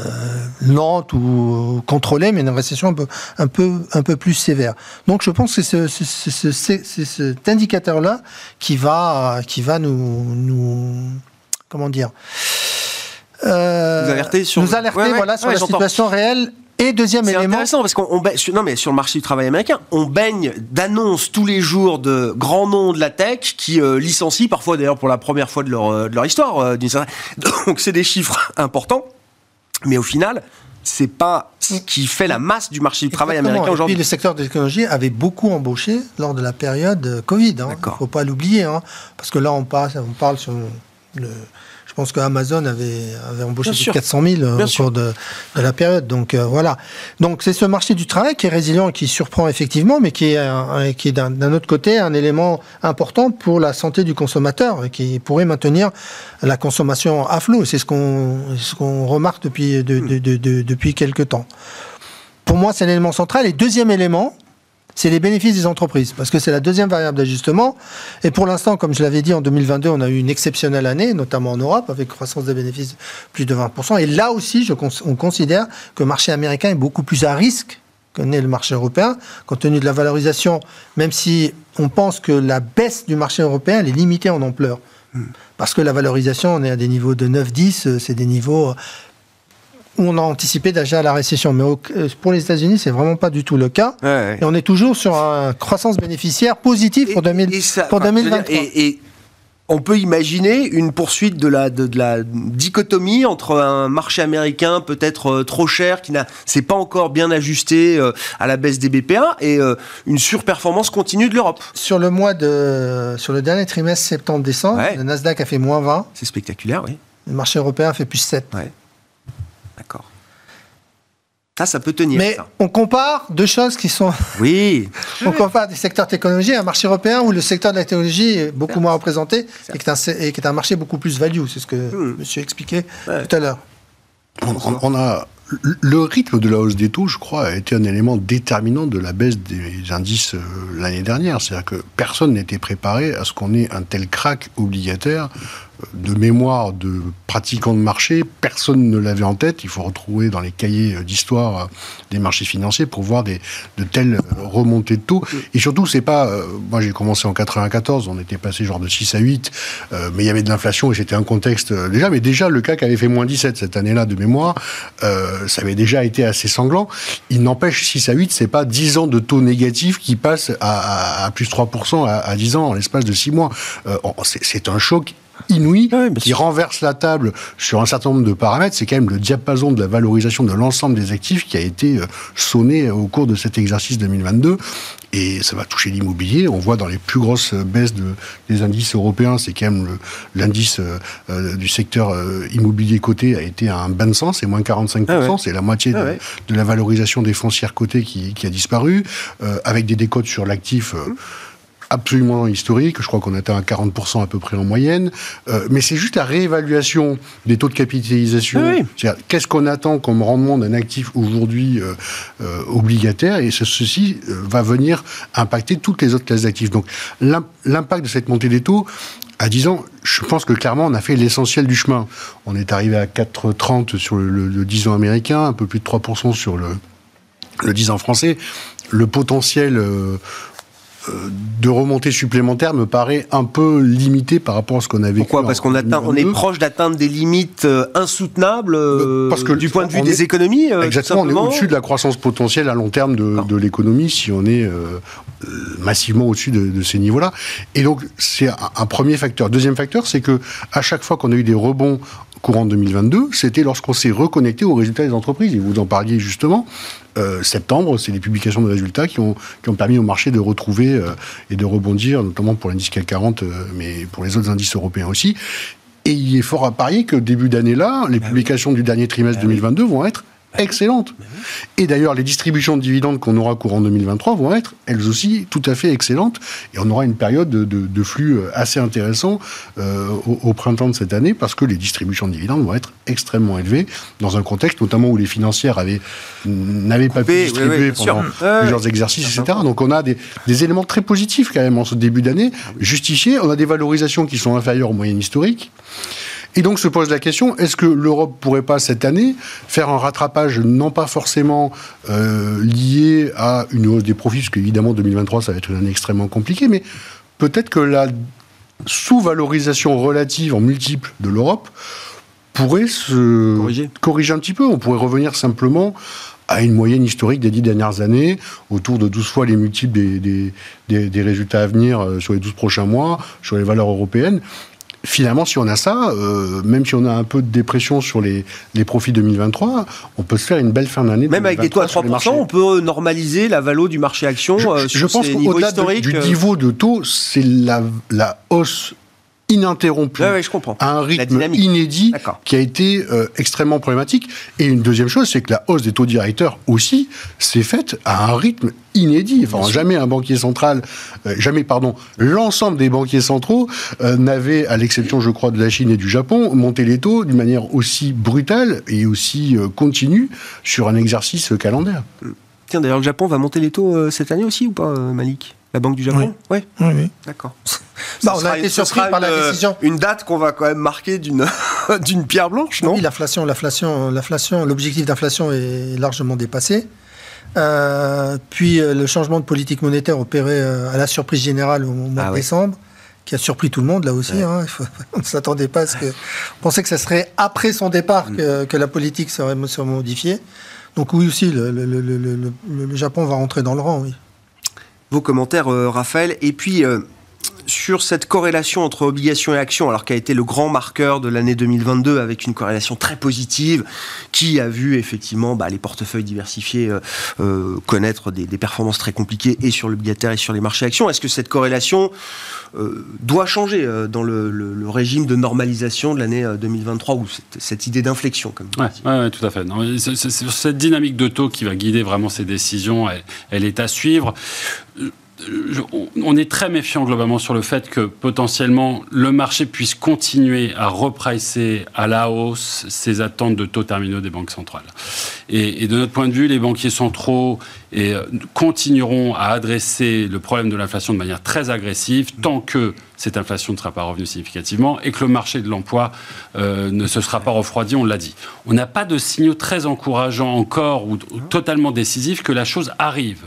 Speaker 5: lente ou contrôlée, mais une récession un peu, un peu, un peu plus sévère. Donc je pense que c'est, ce, ce, ce, c'est, c'est cet indicateur-là qui va, qui va nous, nous comment dire,
Speaker 2: euh, nous alerter sur,
Speaker 5: nous alerter, ouais, ouais, voilà, sur ouais, la j'entends. situation réelle. Et deuxième
Speaker 2: c'est
Speaker 5: élément...
Speaker 2: C'est intéressant parce qu'on baigne, non mais sur le marché du travail américain, on baigne d'annonces tous les jours de grands noms de la tech qui euh, licencient, parfois d'ailleurs pour la première fois de leur, euh, de leur histoire. Euh, d'une certaine... Donc c'est des chiffres importants, mais au final, c'est pas ce qui fait la masse du marché du travail
Speaker 5: Exactement.
Speaker 2: américain aujourd'hui.
Speaker 5: Et puis le secteur de la technologie avait beaucoup embauché lors de la période Covid. Il hein. ne faut pas l'oublier, hein, parce que là on, passe, on parle sur le... le pense qu'Amazon avait, avait embauché
Speaker 2: Bien sûr.
Speaker 5: quatre cent mille
Speaker 2: Bien
Speaker 5: au
Speaker 2: sûr.
Speaker 5: cours de, de la période. Donc euh, voilà. Donc c'est ce marché du travail qui est résilient et qui surprend effectivement, mais qui est, un, qui est d'un, d'un autre côté un élément important pour la santé du consommateur et qui pourrait maintenir la consommation à flot. C'est ce qu'on, ce qu'on remarque depuis, de, de, de, de, depuis quelques temps. Pour moi, c'est l'élément central. Et deuxième élément, c'est les bénéfices des entreprises, parce que c'est la deuxième variable d'ajustement. Et pour l'instant, comme je l'avais dit, en deux mille vingt-deux, on a eu une exceptionnelle année, notamment en Europe, avec croissance des bénéfices de plus de vingt pour cent. Et là aussi, je, on considère que le marché américain est beaucoup plus à risque que n'est le marché européen, compte tenu de la valorisation, même si on pense que la baisse du marché européen, elle est limitée en ampleur. Parce que la valorisation, on est à des niveaux de neuf dix, c'est des niveaux où on a anticipé déjà la récession. Mais au, pour les États-Unis, c'est vraiment pas du tout le cas.
Speaker 2: Ouais, ouais.
Speaker 5: Et on est toujours sur une croissance bénéficiaire positive pour, deux mille,
Speaker 2: et ça,
Speaker 5: pour
Speaker 2: enfin,
Speaker 5: deux mille vingt-trois.
Speaker 2: Et, et on peut imaginer une poursuite de la, de, de la dichotomie entre un marché américain peut-être euh, trop cher, qui n'a, s'est pas encore bien ajusté euh, à la baisse des B P A, et euh, une surperformance continue de l'Europe.
Speaker 5: Sur le mois de, sur le dernier trimestre septembre-décembre,
Speaker 2: Ouais.
Speaker 5: le Nasdaq a fait moins vingt.
Speaker 2: C'est spectaculaire, oui.
Speaker 5: Le marché européen a fait plus sept.
Speaker 2: Ouais. D'accord. Ça, ça peut tenir.
Speaker 5: Mais
Speaker 2: ça.
Speaker 5: on compare deux choses qui sont...
Speaker 2: Oui.
Speaker 5: On compare des secteurs technologiques à un marché européen où le secteur de la technologie est beaucoup
Speaker 2: Certes.
Speaker 5: moins représenté
Speaker 2: Certes.
Speaker 5: et qui est, un, et qui est un marché beaucoup plus value. C'est ce que
Speaker 2: Mmh.
Speaker 5: monsieur expliquait
Speaker 2: Ouais.
Speaker 5: tout à l'heure.
Speaker 4: On, on- on a le rythme de la hausse des taux, je crois, a été un élément déterminant de la baisse des indices euh, l'année dernière. C'est-à-dire que personne n'était préparé à ce qu'on ait un tel crack obligataire. De mémoire de pratiquants de marché, personne ne l'avait en tête. Il faut retrouver dans les cahiers d'histoire des marchés financiers pour voir des, de telles remontées de taux. Et surtout, c'est pas... Euh, moi, j'ai commencé en quatre-vingt-quatorze, on était passé genre de six à huit, euh, mais il y avait de l'inflation et c'était un contexte euh, déjà. Mais déjà, le C A C avait fait moins dix-sept cette année-là de mémoire. Euh, ça avait déjà été assez sanglant. Il n'empêche, six à huit, c'est pas dix ans de taux négatifs qui passent à, à, à plus trois pour cent à, à dix ans en l'espace de six mois. Euh, c'est, c'est un choc inouï,
Speaker 2: Ouais, bien
Speaker 4: qui
Speaker 2: sûr.
Speaker 4: renverse la table sur un certain nombre de paramètres. C'est quand même le diapason de la valorisation de l'ensemble des actifs qui a été euh, sonné au cours de cet exercice deux mille vingt-deux. Et ça va toucher l'immobilier. On voit dans les plus grosses baisses de, des indices européens, c'est quand même le, l'indice euh, euh, du secteur euh, immobilier coté a été à un bain de sang, c'est moins quarante-cinq pour cent,
Speaker 2: Ah ouais.
Speaker 4: c'est la moitié
Speaker 2: Ah
Speaker 4: de,
Speaker 2: ouais.
Speaker 4: de la valorisation des foncières cotées qui, qui a disparu, euh, avec des décotes sur l'actif euh, absolument historique. Je crois qu'on atteint à quarante pour cent à peu près en moyenne. Euh, mais c'est juste la réévaluation des taux de capitalisation.
Speaker 2: Oui, oui.
Speaker 4: C'est-à-dire, qu'est-ce qu'on attend comme rendement d'un actif aujourd'hui euh, euh, obligataire, et ce, ceci euh, va venir impacter toutes les autres classes d'actifs. Donc l'im- l'impact de cette montée des taux, à dix ans, je pense que clairement, on a fait l'essentiel du chemin. On est arrivé à quatre virgule trente sur le, le, le dix ans américain, un peu plus de trois pour cent sur le, le dix ans français. Le potentiel... Euh, de remontée supplémentaire me paraît un peu limité par rapport à ce qu'on avait vécu.
Speaker 2: Pourquoi ? Parce qu'on atteint, on est proche d'atteindre des limites euh, insoutenables euh,
Speaker 4: Parce que
Speaker 2: du point de vue
Speaker 4: on
Speaker 2: des
Speaker 4: est-
Speaker 2: économies. euh,
Speaker 4: Exactement,
Speaker 2: tout
Speaker 4: on est
Speaker 2: simplement.
Speaker 4: au-dessus de la croissance potentielle à long terme de,
Speaker 2: Non.
Speaker 4: de l'économie si on est euh, euh, massivement au-dessus de, de ces niveaux-là. Et donc, c'est un, un premier facteur. Deuxième facteur, c'est que à chaque fois qu'on a eu des rebonds courant deux mille vingt-deux, c'était lorsqu'on s'est reconnecté aux résultats des entreprises. Et vous en parliez justement. Euh, septembre, c'est les publications de résultats qui ont, qui ont permis au marché de retrouver euh, et de rebondir, notamment pour l'indice C A C quarante, euh, mais pour les autres indices européens aussi. Et il est fort à parier que début d'année-là, les
Speaker 2: Ah
Speaker 4: publications
Speaker 2: oui.
Speaker 4: du dernier trimestre
Speaker 2: Ah
Speaker 4: deux mille
Speaker 2: oui.
Speaker 4: vingt-deux vont être
Speaker 2: Ah oui.
Speaker 4: excellentes.
Speaker 2: Ah oui.
Speaker 4: Et d'ailleurs, les distributions de dividendes qu'on aura courant deux mille vingt-trois vont être, elles aussi, tout à fait excellentes. Et on aura une période de, de, de flux assez intéressant euh, au, au printemps de cette année, parce que les distributions de dividendes vont être extrêmement élevées, dans un contexte notamment où les financières avaient, n'avaient pas pu
Speaker 2: Coupé,
Speaker 4: distribuer
Speaker 2: oui, oui, bien
Speaker 4: pendant
Speaker 2: sûr. Ouais,
Speaker 4: plusieurs
Speaker 2: ouais.
Speaker 4: exercices, et
Speaker 2: Certain
Speaker 4: cetera.
Speaker 2: temps.
Speaker 4: Donc on a des, des éléments très positifs quand même en ce début d'année, justifiés. On a des valorisations qui sont inférieures aux moyennes historiques. Et donc se pose la question, est-ce que l'Europe pourrait pas cette année faire un rattrapage non pas forcément euh, lié à une hausse des profits, parce qu'évidemment deux mille vingt-trois ça va être une année extrêmement compliquée, mais peut-être que la sous-valorisation relative en multiples de l'Europe pourrait se
Speaker 2: Corriger.
Speaker 4: corriger un petit peu. On pourrait revenir simplement à une moyenne historique des dix dernières années, autour de douze fois les multiples des, des, des, des résultats à venir euh, sur les douze prochains mois, sur les valeurs européennes. Finalement, si on a ça, euh, même si on a un peu de dépression sur les, les profits deux mille vingt-trois, on peut se faire une belle fin d'année.
Speaker 2: Même avec des taux à trois pour cent, on peut normaliser la valo du marché action
Speaker 4: Je,
Speaker 2: euh,
Speaker 4: je
Speaker 2: sur
Speaker 4: pense
Speaker 2: ces niveaux
Speaker 4: qu'au-delà de-
Speaker 2: historiques.
Speaker 4: du
Speaker 2: euh,
Speaker 4: niveau de taux, c'est la, la hausse ininterrompu,
Speaker 2: ouais, ouais, je comprends.
Speaker 4: à un rythme inédit,
Speaker 2: D'accord.
Speaker 4: qui a été euh, extrêmement problématique. Et une deuxième chose, c'est que la hausse des taux directeurs aussi s'est faite à un rythme inédit. Enfin, jamais un banquier central, euh, jamais, pardon, l'ensemble des banquiers centraux euh, n'avait, à l'exception, je crois, de la Chine et du Japon, monté les taux d'une manière aussi brutale et aussi euh, continue sur un exercice calendaire.
Speaker 2: Tiens, d'ailleurs, le Japon va monter les taux euh, cette année aussi ou pas, euh, Malik ? La Banque du Japon ?
Speaker 5: Oui.
Speaker 2: Ouais.
Speaker 5: Oui, oui.
Speaker 2: D'accord.
Speaker 5: Bah, on a été surpris par
Speaker 2: une,
Speaker 5: la décision.
Speaker 2: Une date qu'on va quand même marquer d'une, d'une pierre blanche, non ?
Speaker 5: Oui, l'inflation, l'inflation, l'inflation, l'objectif d'inflation est largement dépassé. Euh, puis euh, le changement de politique monétaire opéré euh, à la surprise générale au mois
Speaker 2: ah,
Speaker 5: de
Speaker 2: oui.
Speaker 5: décembre, qui a surpris tout le monde là aussi. Ouais. Hein, il faut, on ne s'attendait pas à ce que. On pensait que ça serait après son départ mm. que, que la politique serait, serait modifiée. Donc oui aussi, le, le, le, le, le, le Japon va rentrer dans le rang. Oui.
Speaker 2: Vos commentaires, euh, Raphaël. Et puis, euh, sur cette corrélation entre obligations et actions, alors qu'a été le grand marqueur de l'année deux mille vingt-deux, avec une corrélation très positive, qui a vu effectivement bah, les portefeuilles diversifiés euh, euh, connaître des, des performances très compliquées, et sur l'obligataire et sur les marchés actions. Est-ce que cette corrélation euh, doit changer euh, dans le, le, le régime de normalisation de l'année deux mille vingt-trois, ou cette, cette idée d'inflexion, comme vous
Speaker 6: ouais,
Speaker 2: dites ?
Speaker 6: ouais, ouais, tout à fait. Non, c'est, c'est, c'est cette dynamique de taux qui va guider vraiment ces décisions, elle, elle est à suivre. On est très méfiant globalement sur le fait que potentiellement le marché puisse continuer à repricer à la hausse ses attentes de taux terminaux des banques centrales. Et, et de notre point de vue, les banquiers centraux et, euh, continueront à adresser le problème de l'inflation de manière très agressive tant que cette inflation ne sera pas revenue significativement et que le marché de l'emploi euh, ne se sera pas refroidi, on l'a dit. On n'a pas de signaux très encourageants encore ou, ou totalement décisifs que la chose arrive.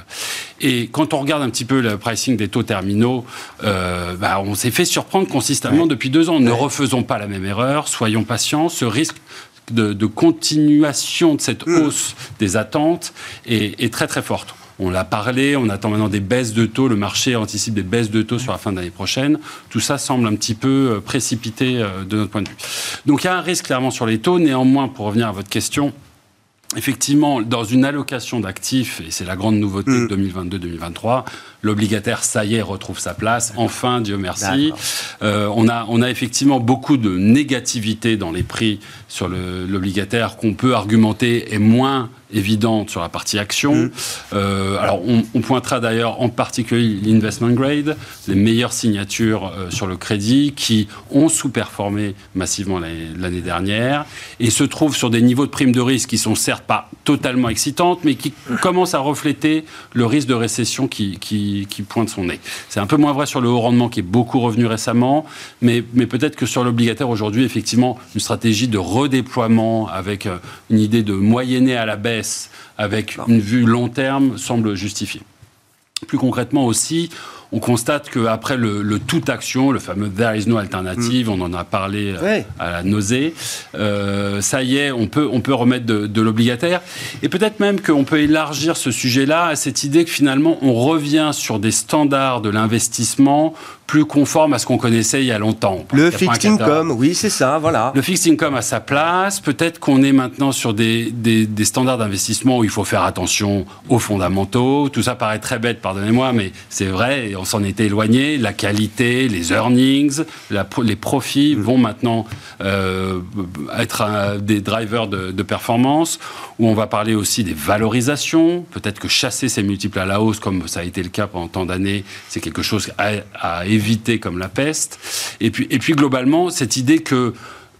Speaker 6: Et quand on regarde un petit peu le pricing des taux terminaux, euh, bah, on s'est fait surprendre consistamment ouais. depuis deux ans. Ne ouais. refaisons pas la même erreur, soyons patients. Ce risque de, de continuation de cette mmh. hausse des attentes est, est très très forte. On l'a parlé, on attend maintenant des baisses de taux, le marché anticipe des baisses de taux sur la fin de l'année prochaine. Tout ça semble un petit peu précipité de notre point de vue. Donc il y a un risque clairement sur les taux. Néanmoins, pour revenir à votre question, effectivement, dans une allocation d'actifs, et c'est la grande nouveauté mmh. de deux mille vingt-deux deux mille vingt-trois, l'obligataire, ça y est, retrouve sa place. Enfin, Dieu merci. Euh, on a, on a effectivement beaucoup de négativité dans les prix sur le, l'obligataire qu'on peut argumenter est moins évidente sur la partie action. Mmh. Euh, alors, on, on pointera d'ailleurs en particulier l'investment grade, les meilleures signatures euh, sur le crédit qui ont sous-performé massivement l'année, l'année dernière et se trouvent sur des niveaux de primes de risque qui sont certes pas totalement excitantes, mais qui commencent à refléter le risque de récession qui, qui, qui pointe son nez. C'est un peu moins vrai sur le haut rendement qui est beaucoup revenu récemment, mais, mais peut-être que sur l'obligataire aujourd'hui, effectivement, une stratégie de redéploiement avec une idée de moyenner à la baisse avec une vue long terme semble justifiée. Plus concrètement aussi, on constate qu'après le, le tout action, le fameux there is no alternative, mmh. on en a parlé ouais. à la nausée, euh, ça y est, on peut, on peut remettre de, de l'obligataire. Et peut-être même qu'on peut élargir ce sujet-là à cette idée que finalement on revient sur des standards de l'investissement plus conformes à ce qu'on connaissait il y a longtemps.
Speaker 2: Le fixed income, oui, c'est ça, voilà.
Speaker 6: Le fixed income a sa place. Peut-être qu'on est maintenant sur des, des, des standards d'investissement où il faut faire attention aux fondamentaux. Tout ça paraît très bête, pardonnez-moi, mais c'est vrai, et on s'en était éloigné. La qualité, les earnings, la, les profits mmh. vont maintenant euh, être un, des drivers de, de performance, où on va parler aussi des valorisations. Peut-être que chasser ces multiples à la hausse, comme ça a été le cas pendant tant d'années, c'est quelque chose à, à éviter comme la peste. Et puis, et puis globalement, cette idée que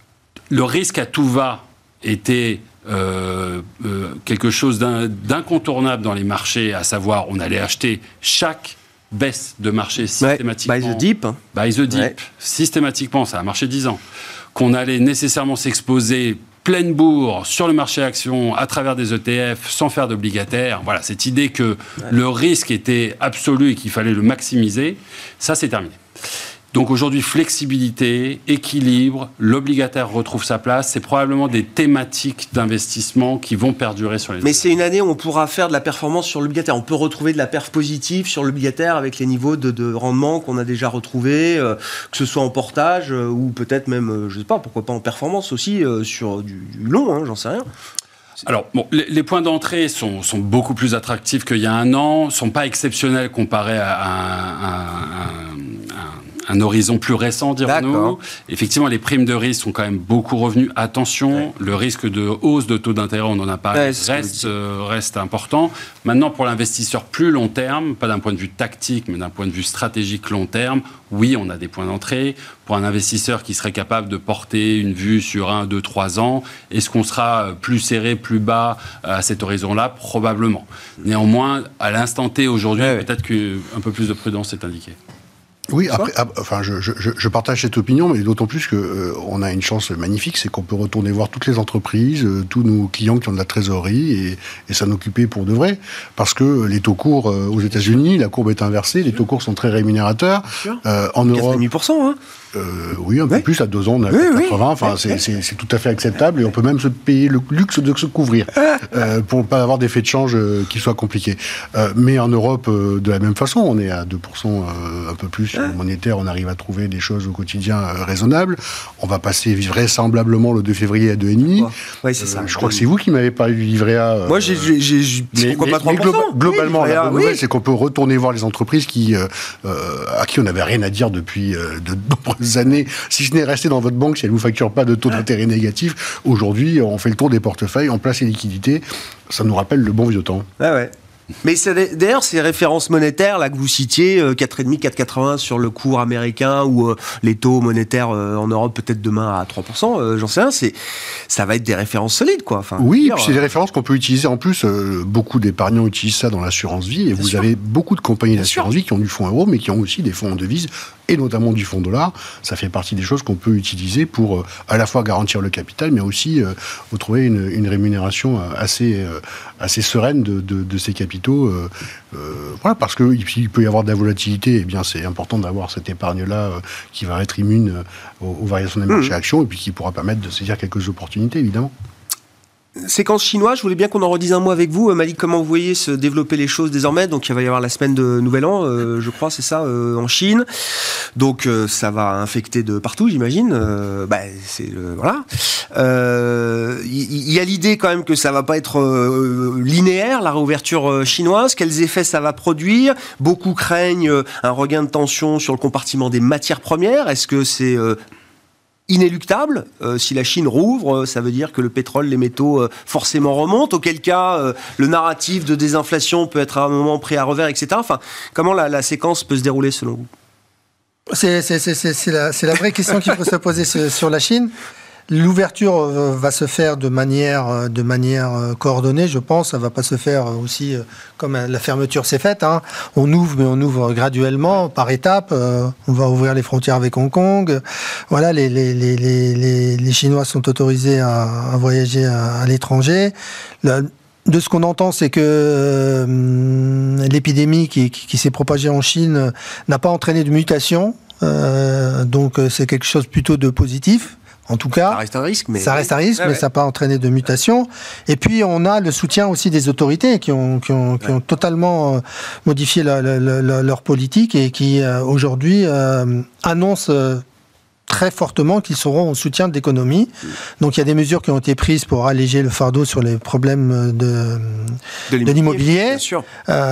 Speaker 6: le risque à tout va était euh, euh, quelque chose d'un, d'incontournable dans les marchés, à savoir on allait acheter chaque baisse de marché systématiquement.
Speaker 2: Ouais, by the dip.
Speaker 6: By the dip. Ouais. Systématiquement, ça a marché dix ans. Qu'on allait nécessairement s'exposer pleine bourre sur le marché actions à travers des E T F sans faire d'obligataire. Voilà, cette idée que ouais. le risque était absolu et qu'il fallait le maximiser, ça c'est terminé. Donc aujourd'hui, flexibilité, équilibre, l'obligataire retrouve sa place. C'est probablement des thématiques d'investissement qui vont perdurer sur les...
Speaker 2: Mais c'est une année où on pourra faire de la performance sur l'obligataire. On peut retrouver de la perf positive sur l'obligataire avec les niveaux de, de rendement qu'on a déjà retrouvés, euh, que ce soit en portage euh, ou peut-être même, euh, je ne sais pas, pourquoi pas en performance aussi, euh, sur du, du long, hein, j'en sais rien.
Speaker 6: Alors, bon, les, les points d'entrée sont, sont beaucoup plus attractifs qu'il y a un an, ne sont pas exceptionnels comparés à un... à un, à un un horizon plus récent, dirons-nous. Effectivement, les primes de risque sont quand même beaucoup revenues. Attention, ouais. le risque de hausse de taux d'intérêt, on en a parlé, ouais, reste, euh, reste important. Maintenant, pour l'investisseur plus long terme, pas d'un point de vue tactique, mais d'un point de vue stratégique long terme, oui, on a des points d'entrée. Pour un investisseur qui serait capable de porter une vue sur un, deux, trois ans, est-ce qu'on sera plus serré, plus bas à cet horizon-là ? Probablement. Néanmoins, à l'instant T aujourd'hui, ouais, peut-être qu'un peu plus de prudence est indiquée.
Speaker 4: Oui, après, enfin, je, je, je partage cette opinion, mais d'autant plus que euh, on a une chance magnifique, c'est qu'on peut retourner voir toutes les entreprises, euh, tous nos clients qui ont de la trésorerie et, et s'en occuper pour de vrai, parce que les taux courts euh, aux États-Unis, la courbe est inversée, les taux courts sont très rémunérateurs. Euh, en Europe,
Speaker 2: quatre virgule cinq pour cent, hein.
Speaker 4: Euh, oui, un peu oui. plus, à deux ans, on a oui, quatre-vingts, oui. enfin, oui. c'est, c'est, c'est tout à fait acceptable, et on peut même se payer le luxe de se couvrir, euh, pour ne pas avoir d'effet de change euh, qui soit compliqué. Euh, mais en Europe, euh, de la même façon, on est à deux pour cent, euh, un peu plus sur le monétaire, on arrive à trouver des choses au quotidien euh, raisonnables. On va passer vraisemblablement le deux février à deux virgule cinq.
Speaker 2: Oui, c'est ça.
Speaker 4: Euh, je crois que c'est vous qui m'avez parlé du livret A. Euh,
Speaker 2: Moi, j'ai, j'ai, j'ai mais, pourquoi mais, pas trois pour cent
Speaker 4: mais glo- Globalement, oui, la bonne nouvelle,
Speaker 2: oui.
Speaker 4: c'est qu'on peut retourner voir les entreprises qui, euh, euh, à qui on n'avait rien à dire depuis euh, de nombreuses années. Si ce n'est rester dans votre banque, si elle ne vous facture pas de taux d'intérêt négatif, aujourd'hui, on fait le tour des portefeuilles, on place les liquidités. Ça nous rappelle le bon vieux temps.
Speaker 2: Ah ouais. Mais c'est, d'ailleurs, ces références monétaires là que vous citiez, euh, quatre virgule cinq, quatre virgule quatre-vingts sur le cours américain ou euh, les taux monétaires euh, en Europe peut-être demain à trois pour cent, euh, j'en sais rien, c'est, ça va être des références solides, quoi. Enfin,
Speaker 4: oui,
Speaker 2: dire,
Speaker 4: puis c'est des références qu'on peut utiliser. En plus, euh, beaucoup d'épargnants utilisent ça dans l'assurance vie, et vous sûr. avez beaucoup de compagnies Bien d'assurance sûr. vie qui ont du fonds euro, mais qui ont aussi des fonds en devises, et notamment du fonds dollar. Ça fait partie des choses qu'on peut utiliser pour euh, à la fois garantir le capital, mais aussi euh, vous trouver une, une rémunération assez, euh, assez sereine de, de, de ces capitaux. Euh, euh, voilà, parce qu'il peut y avoir de la volatilité, et bien c'est important d'avoir cette épargne-là euh, qui va être immune euh, aux, aux variations des marchés mmh. actions, et puis qui pourra permettre de saisir quelques opportunités, évidemment.
Speaker 2: Séquence chinoise, je voulais bien qu'on en redise un mot avec vous. Malik, comment vous voyez se développer les choses désormais ? Donc il va y avoir la semaine de Nouvel An, euh, je crois, c'est ça, euh, en Chine. Donc euh, ça va infecter de partout, j'imagine. Euh, bah, c'est le, voilà. Il euh, y, y a l'idée quand même que ça va pas être euh, linéaire, la réouverture chinoise. Quels effets ça va produire ? Beaucoup craignent un regain de tension sur le compartiment des matières premières. Est-ce que c'est... Euh, inéluctable, euh, si la Chine rouvre, euh, ça veut dire que le pétrole, les métaux euh, forcément remontent, auquel cas euh, le narratif de désinflation peut être à un moment pris à revers, et cetera. Enfin, comment la, la séquence peut se dérouler selon vous ?
Speaker 5: c'est, c'est, c'est, c'est, la, c'est la vraie question qu'il faut se poser sur la Chine. L'ouverture va se faire de manière, de manière coordonnée, je pense. Ça ne va pas se faire aussi comme la fermeture s'est faite. Hein. On ouvre, mais on ouvre graduellement, par étapes. On va ouvrir les frontières avec Hong Kong. Voilà, les, les, les, les, les Chinois sont autorisés à, à voyager à, à l'étranger. La, De ce qu'on entend, c'est que euh, l'épidémie qui, qui, qui s'est propagée en Chine n'a pas entraîné de mutation. Euh, donc c'est quelque chose plutôt de positif. En tout cas,
Speaker 2: ça reste un risque, mais,
Speaker 5: ça reste un risque,
Speaker 2: ouais,
Speaker 5: mais
Speaker 2: ouais.
Speaker 5: ça n'a pas entraîné de mutation. Et puis, on a le soutien aussi des autorités qui ont, qui ont, qui ouais. ont totalement euh, modifié la, la, la, leur politique et qui, euh, aujourd'hui, euh, annoncent euh, très fortement qu'ils seront en soutien de l'économie. Donc, il y a des mesures qui ont été prises pour alléger le fardeau sur les problèmes de, de l'immobilier. De l'immobilier.
Speaker 2: Bien sûr.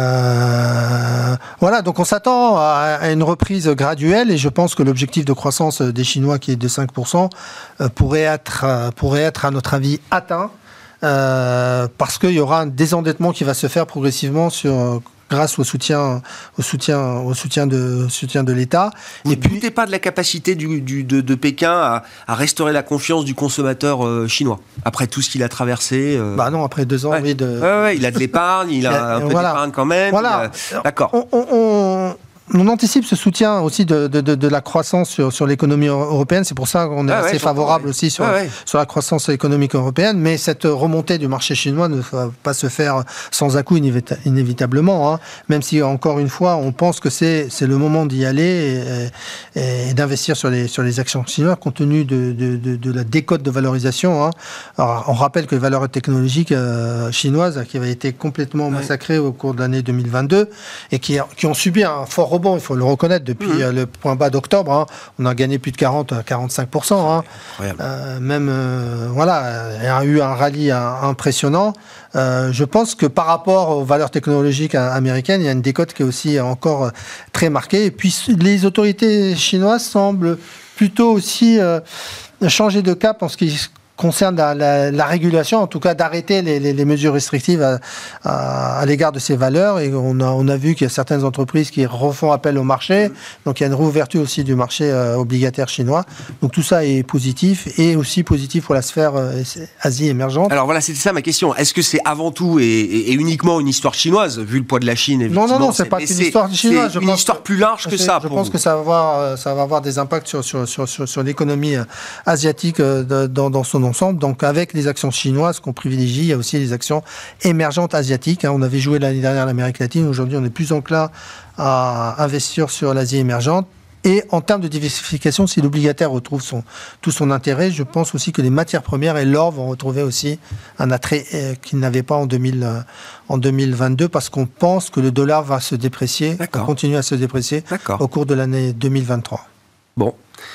Speaker 5: Euh, voilà, donc on s'attend à, à une reprise graduelle et je pense que l'objectif de croissance des Chinois, qui est de cinq pour cent, euh, pourrait être, euh, pourrait être, à notre avis, atteint euh, parce qu'il y aura un désendettement qui va se faire progressivement sur... grâce au soutien, au soutien, au soutien de, soutien de l'État.
Speaker 2: Vous ne doutez pas de la capacité du, du, de, de Pékin à, à restaurer la confiance du consommateur euh, chinois, après tout ce qu'il a traversé euh...
Speaker 5: Bah non, après deux ans,
Speaker 2: ouais.
Speaker 5: oui. De...
Speaker 2: Ouais, ouais, il a de l'épargne, il a un peu
Speaker 5: voilà.
Speaker 2: d'épargne quand même.
Speaker 5: Voilà.
Speaker 2: A... D'accord.
Speaker 5: On, on, on... On anticipe ce soutien aussi de, de, de, de la croissance sur, sur l'économie européenne. C'est pour ça qu'on est ah assez ouais, favorable ouais. aussi sur, ah ouais. sur la croissance économique européenne. Mais cette remontée du marché chinois ne va pas se faire sans à-coup inévita- inévitablement. Hein. Même si, encore une fois, on pense que c'est, c'est le moment d'y aller et, et, et d'investir sur les, sur les actions chinoises compte tenu de, de, de, de la décote de valorisation. Hein. Alors, on rappelle que les valeurs technologiques euh, chinoises qui avaient été complètement massacrées ouais. au cours de l'année deux mille vingt-deux et qui, qui ont subi un fort rebond, il faut le reconnaître, depuis mmh. le point bas d'octobre. Hein, on a gagné plus de quarante à quarante-cinq pour cent. Hein. Euh, même, euh, voilà, il y a eu un rallye impressionnant. Euh, je pense que par rapport aux valeurs technologiques américaines, il y a une décote qui est aussi encore très marquée. Et puis, les autorités chinoises semblent plutôt aussi euh, changer de cap en ce qui concerne la, la, la régulation, en tout cas d'arrêter les, les, les mesures restrictives à, à, à l'égard de ces valeurs. Et on a, on a vu qu'il y a certaines entreprises qui refont appel au marché. Donc il y a une réouverture aussi du marché euh, obligataire chinois. Donc tout ça est positif et aussi positif pour la sphère euh, Asie émergente.
Speaker 2: Alors voilà, c'était ça ma question. Est-ce que c'est avant tout et, et, et uniquement une histoire chinoise, vu le poids de la Chine?
Speaker 5: Non, non, non, c'est, c'est pas qu'une histoire chinoise.
Speaker 2: C'est une histoire plus large que ça.
Speaker 5: Je pense vous. que ça va avoir, ça va avoir des impacts sur, sur, sur, sur, sur l'économie asiatique euh, dans, dans son ensemble. Donc avec les actions chinoises qu'on privilégie, il y a aussi les actions émergentes asiatiques. On avait joué l'année dernière l'Amérique latine, aujourd'hui on est plus enclin à investir sur l'Asie émergente. Et en termes de diversification, si l'obligataire retrouve son, tout son intérêt, je pense aussi que les matières premières et l'or vont retrouver aussi un attrait euh, qu'ils n'avaient pas en, deux mille, euh, en deux mille vingt-deux, parce qu'on pense que le dollar va se déprécier, va continuer à se déprécier D'accord. au cours de l'année deux mille vingt-trois.
Speaker 2: Bon.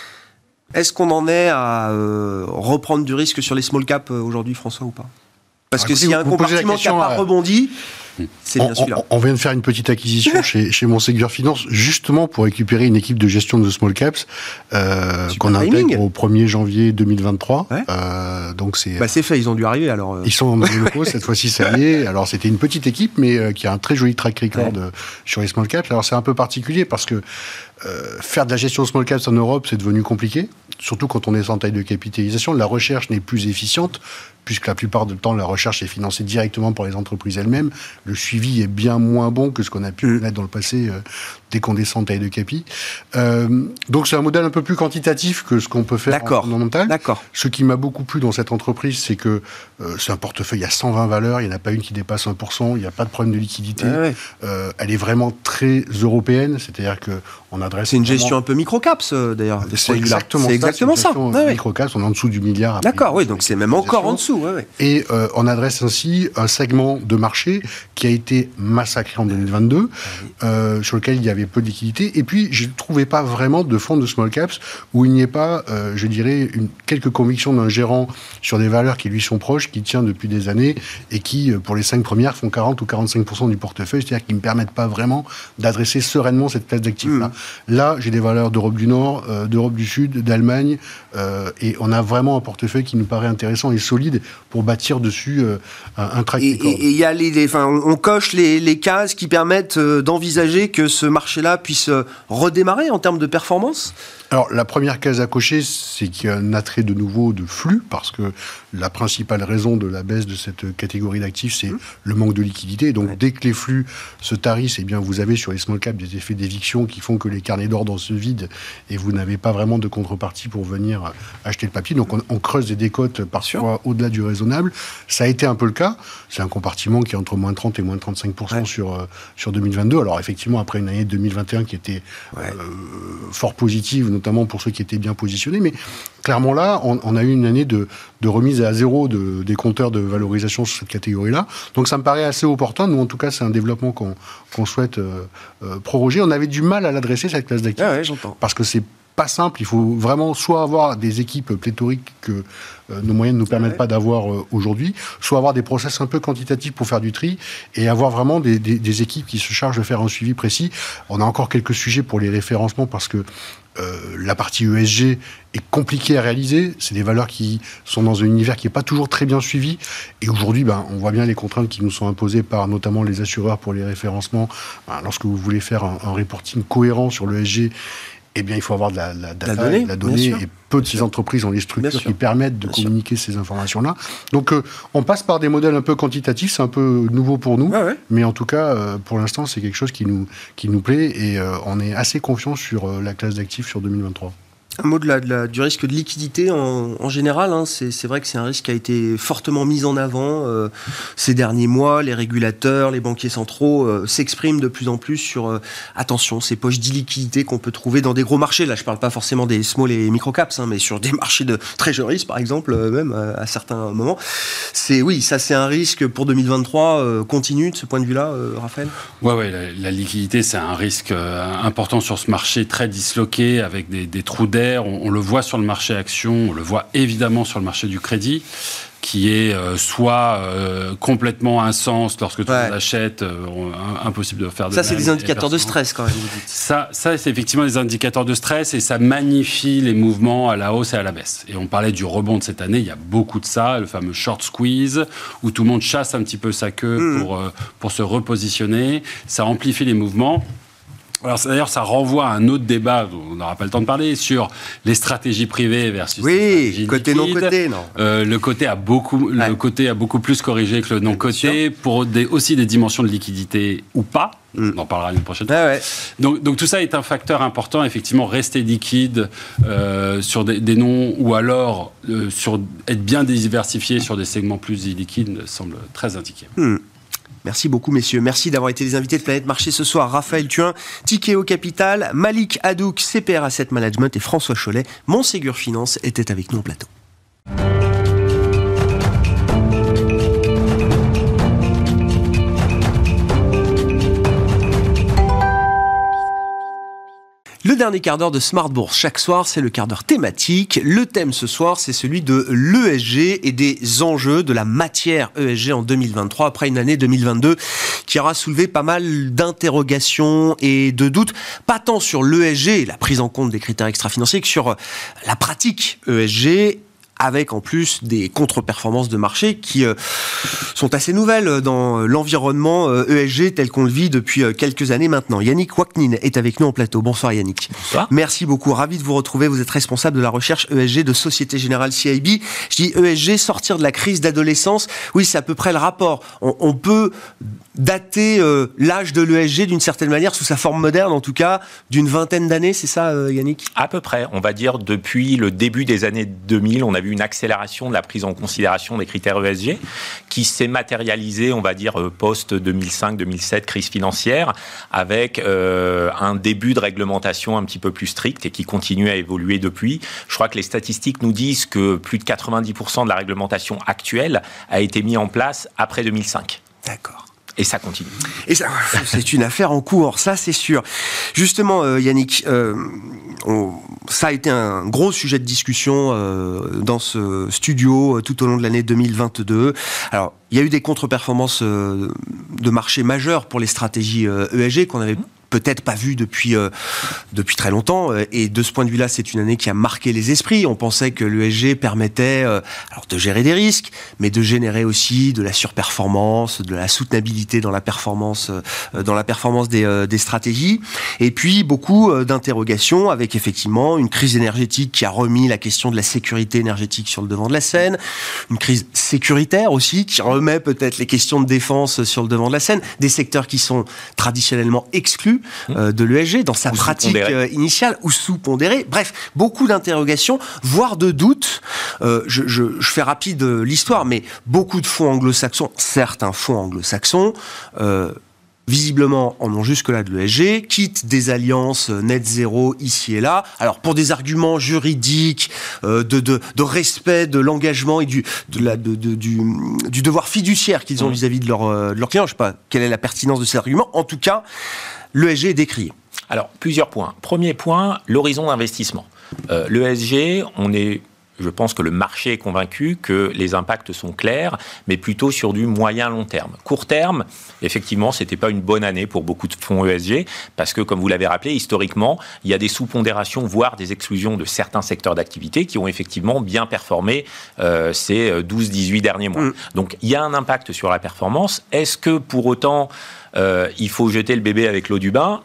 Speaker 2: Est-ce qu'on en est à euh, reprendre du risque sur les small caps euh, aujourd'hui, François, ou pas? Parce ah, que s'il y a un compartiment qui n'a pas rebondi, c'est bien celui-là.
Speaker 4: On vient de faire une petite acquisition chez, chez Monségur Finance, justement pour récupérer une équipe de gestion de small caps euh, qu'on intègre au premier janvier deux mille vingt-trois. Ouais. Euh, donc c'est,
Speaker 2: bah c'est fait, ils ont dû arriver alors. Euh...
Speaker 4: Ils sont dans les locaux, cette fois-ci ça y est. Alors c'était une petite équipe, mais euh, qui a un très joli track record ouais. euh, sur les small caps. Alors c'est un peu particulier parce que euh, faire de la gestion de small caps en Europe, c'est devenu compliqué. Surtout quand on est sans taille de capitalisation, la recherche n'est plus efficiente, puisque la plupart du temps, la recherche est financée directement par les entreprises elles-mêmes. Le suivi est bien moins bon que ce qu'on a pu connaître dans le passé, euh, dès qu'on descend en taille de capi. Euh, donc c'est un modèle un peu plus quantitatif que ce qu'on peut faire
Speaker 2: D'accord.
Speaker 4: en fondamental.
Speaker 2: D'accord.
Speaker 4: Ce qui m'a beaucoup plu dans cette entreprise, c'est que euh, c'est un portefeuille, il y a cent vingt valeurs, il n'y en a pas une qui dépasse un pour cent, il n'y a pas de problème de liquidité. Ah ouais. euh, elle est vraiment très européenne, c'est-à-dire qu'on adresse...
Speaker 2: C'est une vraiment... gestion un peu micro-caps, euh, d'ailleurs.
Speaker 4: C'est exactement,
Speaker 2: c'est exactement ça.
Speaker 4: C'est exactement ça. Micro-caps, on est en dessous du milliard.
Speaker 2: D'accord, oui, donc c'est même encore en dessous. Ouais, ouais.
Speaker 4: Et euh, on adresse ainsi un segment de marché qui a été massacré en deux mille vingt-deux, euh, sur lequel il y avait peu de liquidité. Et puis, je ne trouvais pas vraiment de fonds de small caps où il n'y ait pas, euh, je dirais, une, quelques convictions d'un gérant sur des valeurs qui lui sont proches, qui tient depuis des années et qui, pour les cinq premières, font quarante ou quarante-cinq pour cent du portefeuille, c'est-à-dire qui ne me permettent pas vraiment d'adresser sereinement cette classe d'actifs-là. Mmh. Là, j'ai des valeurs d'Europe du Nord, euh, d'Europe du Sud, d'Allemagne, euh, et on a vraiment un portefeuille qui nous paraît intéressant et solide pour bâtir dessus euh, un, un track record.
Speaker 2: Et il y a les, les, enfin, on coche les, les cases qui permettent euh, d'envisager que ce marché-là puisse euh, redémarrer en termes de performance.
Speaker 4: Alors, la première case à cocher, c'est qu'il y a un attrait de nouveau de flux, parce que la principale raison de la baisse de cette catégorie d'actifs, c'est mmh. le manque de liquidité. Donc, ouais. dès que les flux se tarissent, eh bien, vous avez sur les small caps des effets d'éviction qui font que les carnets d'ordre se vident et vous n'avez pas vraiment de contrepartie pour venir acheter le papier. Donc, on, on creuse des décotes parfois au-delà du raisonnable. Ça a été un peu le cas. C'est un compartiment qui est entre moins trente et moins trente-cinq pour cent ouais. sur, euh, sur deux mille vingt-deux. Alors, effectivement, après une année deux mille vingt et un qui était ouais. euh, fort positive, notamment pour ceux qui étaient bien positionnés, mais clairement là, on, on a eu une année de, de remise à zéro de, des compteurs de valorisation sur cette catégorie-là. Donc ça me paraît assez opportun. Nous, en tout cas, c'est un développement qu'on, qu'on souhaite euh, euh, proroger. On avait du mal à l'adresser, cette classe d'actifs.
Speaker 2: Ah ouais, j'entends.
Speaker 4: Parce que c'est pas simple, il faut vraiment soit avoir des équipes pléthoriques que euh, nos moyens ne nous permettent ouais. pas d'avoir euh, aujourd'hui, soit avoir des process un peu quantitatifs pour faire du tri et avoir vraiment des, des, des équipes qui se chargent de faire un suivi précis. On a encore quelques sujets pour les référencements parce que euh, la partie E S G est compliquée à réaliser. C'est des valeurs qui sont dans un univers qui n'est pas toujours très bien suivi. Et aujourd'hui, ben, on voit bien les contraintes qui nous sont imposées par notamment les assureurs pour les référencements. Ben, lorsque vous voulez faire un, un reporting cohérent sur l'E S G, eh bien, il faut avoir de la, la data, la donnée, de la donnée et peu de ces entreprises ont les structures qui permettent de bien communiquer sûr. Ces informations-là. Donc, euh, on passe par des modèles un peu quantitatifs, c'est un peu nouveau pour nous, ah ouais. mais en tout cas, euh, pour l'instant, c'est quelque chose qui nous, qui nous plaît et euh, on est assez confiant sur euh, la classe d'actifs sur deux mille vingt-trois.
Speaker 2: Un mot de la, de la, du risque de liquidité en, en général. Hein, c'est, c'est vrai que c'est un risque qui a été fortement mis en avant euh, ces derniers mois. Les régulateurs, les banquiers centraux euh, s'expriment de plus en plus sur, euh, attention, ces poches d'illiquidité qu'on peut trouver dans des gros marchés. Là, je ne parle pas forcément des small et microcaps, hein, mais sur des marchés de treasuries, par exemple, euh, même euh, à certains moments. C'est, oui, ça c'est un risque pour deux mille vingt-trois euh, continu de ce point de vue-là, euh, Raphaël.
Speaker 6: Oui, ouais, la, la liquidité, c'est un risque euh, important sur ce marché très disloqué avec des, des trous d'air. On, on le voit sur le marché action, on le voit évidemment sur le marché du crédit, qui est euh, soit euh, complètement un sens lorsque tout le monde achète, euh, impossible de faire de
Speaker 2: ça, c'est des indicateurs de stress quand même, vous dites.
Speaker 6: Ça, ça, c'est effectivement des indicateurs de stress et ça magnifie les mouvements à la hausse et à la baisse. Et on parlait du rebond de cette année, il y a beaucoup de ça, le fameux short squeeze, où tout le monde chasse un petit peu sa queue mmh. pour, euh, pour se repositionner. Ça amplifie les mouvements. Alors, d'ailleurs, ça renvoie à un autre débat, on n'aura pas le temps de parler, sur les stratégies privées versus
Speaker 2: oui,
Speaker 6: les stratégies
Speaker 2: côté
Speaker 6: liquides.
Speaker 2: non-côté, non.
Speaker 6: Euh, le côté a beaucoup, ouais. le côté a beaucoup plus corrigé que le non-côté, pour des, aussi des dimensions de liquidité ou pas. Mm. On en parlera une prochaine fois.
Speaker 2: Ah ouais.
Speaker 6: Donc, donc tout ça est un facteur important, effectivement, rester liquide euh, sur des, des noms ou alors euh, sur, être bien diversifié sur des segments plus illiquides me semble très indiqué.
Speaker 2: Mm. Merci beaucoup, messieurs. Merci d'avoir été les invités de Planète Marché ce soir. Raphaël Thuin, Tikeo Capital, Malik Hadouk, C P R Asset Management et François Chollet, Montségur Finance, étaient avec nous au plateau. Le dernier quart d'heure de Smart Bourse chaque soir, c'est le quart d'heure thématique. Le thème ce soir, c'est celui de l'E S G et des enjeux de la matière E S G en deux mille vingt-trois, après une année deux mille vingt-deux qui aura soulevé pas mal d'interrogations et de doutes, pas tant sur l'E S G et la prise en compte des critères extra-financiers que sur la pratique E S G, avec en plus des contre-performances de marché qui euh, sont assez nouvelles dans l'environnement euh, E S G tel qu'on le vit depuis euh, quelques années maintenant. Yannick Waknin est avec nous en plateau. Bonsoir Yannick.
Speaker 7: Bonsoir.
Speaker 2: Merci beaucoup, ravi de vous retrouver. Vous êtes responsable de la recherche E S G de Société Générale C I B. Je dis E S G, sortir de la crise d'adolescence, oui, c'est à peu près le rapport. On, on peut dater euh, l'âge de l'E S G d'une certaine manière, sous sa forme moderne en tout cas, d'une vingtaine d'années, c'est ça euh, Yannick ?
Speaker 7: À peu près, on va dire depuis le début des années deux mille, on a vu une accélération de la prise en considération des critères E S G qui s'est matérialisée, on va dire, post-deux mille cinq deux mille sept, crise financière, avec euh, un début de réglementation un petit peu plus strict et qui continue à évoluer depuis. Je crois que les statistiques nous disent que plus de quatre-vingt-dix pour cent de la réglementation actuelle a été mise en place après deux mille cinq.
Speaker 2: D'accord.
Speaker 7: Et ça continue.
Speaker 2: Et ça, c'est une affaire en cours, ça c'est sûr. Justement, euh, Yannick, euh, on, ça a été un gros sujet de discussion euh, dans ce studio euh, tout au long de l'année deux mille vingt-deux. Alors, il y a eu des contre-performances euh, de marché majeures pour les stratégies euh, E S G qu'on avait peut-être pas vu depuis, euh, depuis très longtemps. Et de ce point de vue-là, c'est une année qui a marqué les esprits. On pensait que l'E S G permettait euh, alors de gérer des risques, mais de générer aussi de la surperformance, de la soutenabilité dans la performance, euh, dans la performance des, euh, des stratégies. Et puis, beaucoup euh, d'interrogations avec effectivement une crise énergétique qui a remis la question de la sécurité énergétique sur le devant de la scène. Une crise sécuritaire aussi qui remet peut-être les questions de défense sur le devant de la scène. Des secteurs qui sont traditionnellement exclus Euh, de l'E S G dans sa ou pratique euh, initiale ou sous-pondérée. Bref, beaucoup d'interrogations, voire de doutes. Euh, je, je, je fais rapide euh, l'histoire, mais beaucoup de fonds anglo-saxons, certains fonds anglo-saxons, euh, visiblement en ont jusque-là de l'E S G, quittent des alliances net zéro ici et là. Alors pour des arguments juridiques, euh, de, de, de respect de l'engagement et du, de la, de, de, du, du devoir fiduciaire qu'ils ont mmh. vis-à-vis de, leur, euh, de leurs clients. Je ne sais pas quelle est la pertinence de ces arguments. En tout cas, l'E S G est décrié.
Speaker 7: Alors, plusieurs points. Premier point, l'horizon d'investissement. Euh, L'E S G, on est, je pense que le marché est convaincu que les impacts sont clairs, mais plutôt sur du moyen-long terme. Court terme, effectivement, ce n'était pas une bonne année pour beaucoup de fonds E S G, parce que, comme vous l'avez rappelé, historiquement, il y a des sous-pondérations, voire des exclusions de certains secteurs d'activité qui ont effectivement bien performé euh, ces douze à dix-huit derniers mois. Mmh. Donc, il y a un impact sur la performance. Est-ce que, pour autant, euh, il faut jeter le bébé avec l'eau du bain ?